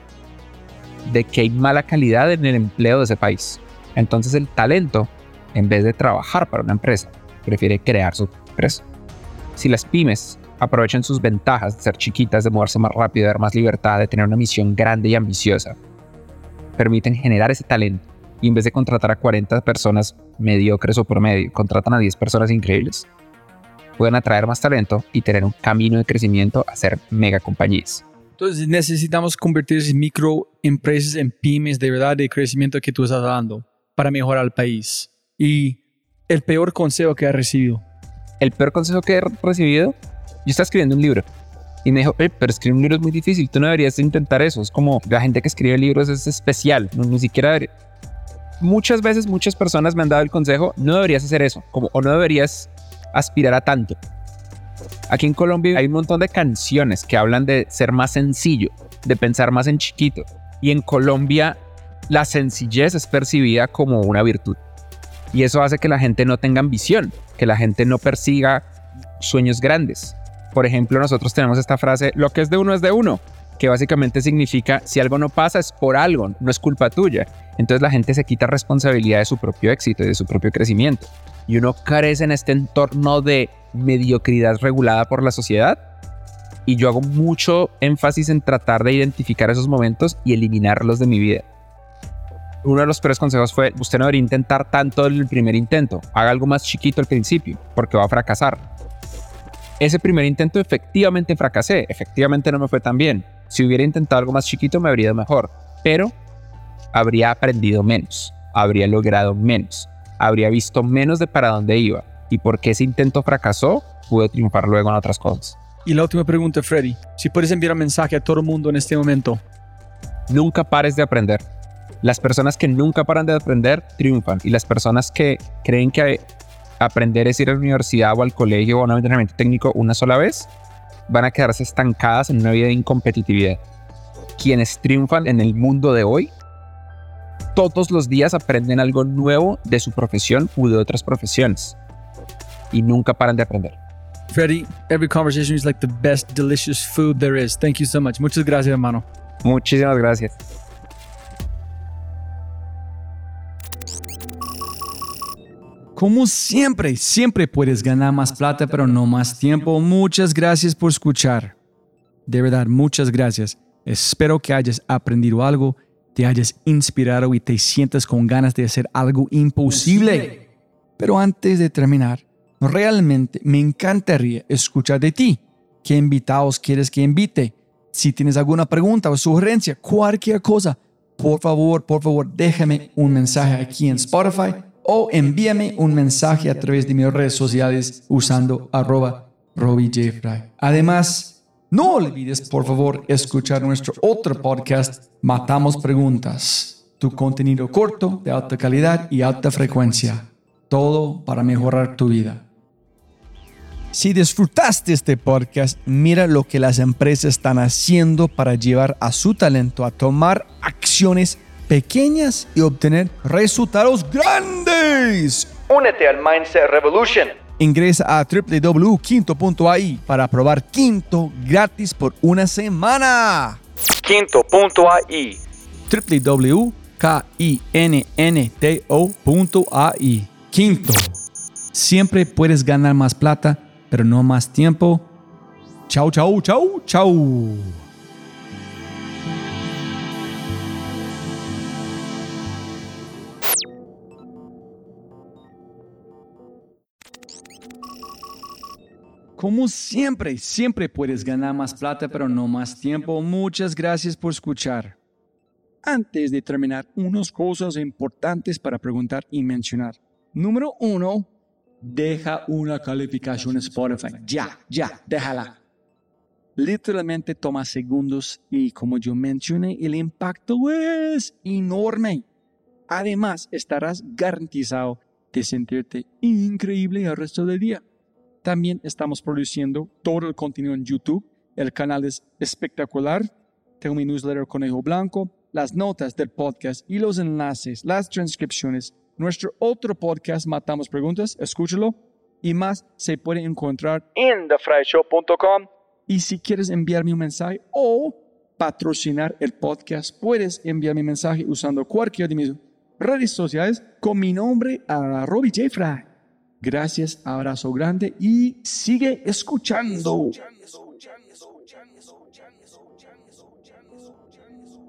de que hay mala calidad en el empleo de ese país. Entonces el talento, en vez de trabajar para una empresa, prefiere crear su empresa. Si las pymes aprovechan sus ventajas de ser chiquitas, de moverse más rápido, de dar más libertad, de tener una misión grande y ambiciosa, permiten generar ese talento y en vez de contratar a cuarenta personas mediocres o promedio, contratan a diez personas increíbles, pueden atraer más talento y tener un camino de crecimiento a ser mega compañías. Entonces necesitamos convertir esas microempresas en pymes de verdad de crecimiento que tú estás dando para mejorar el país. Y el peor consejo que has recibido. El peor consejo que he recibido, yo estaba escribiendo un libro y me dijo, pero escribir un libro es muy difícil, tú no deberías intentar eso. Es como la gente que escribe libros es especial, no, ni siquiera debería. Muchas veces muchas personas me han dado el consejo, no deberías hacer eso, como, o no deberías aspirar a tanto. Aquí en Colombia hay un montón de canciones que hablan de ser más sencillo, de pensar más en chiquito. Y en Colombia la sencillez es percibida como una virtud. Y eso hace que la gente no tenga ambición, que la gente no persiga sueños grandes. Por ejemplo, nosotros tenemos esta frase, lo que es de uno es de uno, que básicamente significa, si algo no pasa es por algo, no es culpa tuya. Entonces la gente se quita responsabilidad de su propio éxito y de su propio crecimiento. Y uno crece en este entorno de mediocridad regulada por la sociedad. Y yo hago mucho énfasis en tratar de identificar esos momentos y eliminarlos de mi vida. Uno de los peores consejos fue, usted no debería intentar tanto el primer intento. Haga algo más chiquito al principio, porque va a fracasar. Ese primer intento efectivamente fracasé. Efectivamente no me fue tan bien. Si hubiera intentado algo más chiquito me habría ido mejor. Pero habría aprendido menos. Habría logrado menos. Habría visto menos de para dónde iba. Y porque ese intento fracasó, pude triunfar luego en otras cosas. Y la última pregunta, Freddy. Si puedes enviar un mensaje a todo el mundo en este momento. Nunca pares de aprender. Las personas que nunca paran de aprender triunfan. Y las personas que creen que aprender es ir a la universidad o al colegio o a un entrenamiento técnico una sola vez, van a quedarse estancadas en una vida de incompetitividad. Quienes triunfan en el mundo de hoy, todos los días aprenden algo nuevo de su profesión u de otras profesiones. Y nunca paran de aprender. Freddy, every conversation is like the best delicious food there is. Thank you so much. Muchas gracias, hermano. Muchísimas gracias. Como siempre, siempre puedes ganar más plata, pero no más tiempo. Muchas gracias por escuchar. De verdad, muchas gracias. Espero que hayas aprendido algo, te hayas inspirado y te sientas con ganas de hacer algo imposible. Pero antes de terminar, realmente me encantaría escuchar de ti. ¿Qué invitados quieres que invite? Si tienes alguna pregunta o sugerencia, cualquier cosa, por favor, por favor, déjame un mensaje aquí en Spotify o envíame un mensaje a través de mis redes sociales usando arroba RobbieJFry. Además, no olvides, por favor, escuchar nuestro otro podcast, Matamos Preguntas. Tu contenido corto, de alta calidad y alta frecuencia. Todo para mejorar tu vida. Si disfrutaste este podcast, mira lo que las empresas están haciendo para llevar a su talento a tomar acciones pequeñas y obtener resultados grandes. Únete al Mindset Revolution. Ingresa a doble u doble u doble u punto quinto punto a i para probar Quinto gratis por una semana. quinto punto a i. doble u doble u doble u punto quinto punto a i. Quinto. Siempre puedes ganar más plata, pero no más tiempo. Chau, chau, chau, chau. Como siempre, siempre puedes ganar más plata, pero no más tiempo. Muchas gracias por escuchar. Antes de terminar, unas cosas importantes para preguntar y mencionar. Número uno, deja una calificación en Spotify. Ya, ya, déjala. Literalmente toma segundos y como yo mencioné, el impacto es enorme. Además, estarás garantizado de sentirte increíble el resto del día. También estamos produciendo todo el contenido en YouTube. El canal es espectacular. Tengo mi newsletter Conejo Blanco, las notas del podcast y los enlaces, las transcripciones. Nuestro otro podcast, Matamos Preguntas, escúchalo. Y más se puede encontrar en the fry show punto com. Y si quieres enviarme un mensaje o patrocinar el podcast, puedes enviarme un mensaje usando cualquiera de mis redes sociales con mi nombre a Robbie J. Fry. Gracias, abrazo grande y sigue escuchando.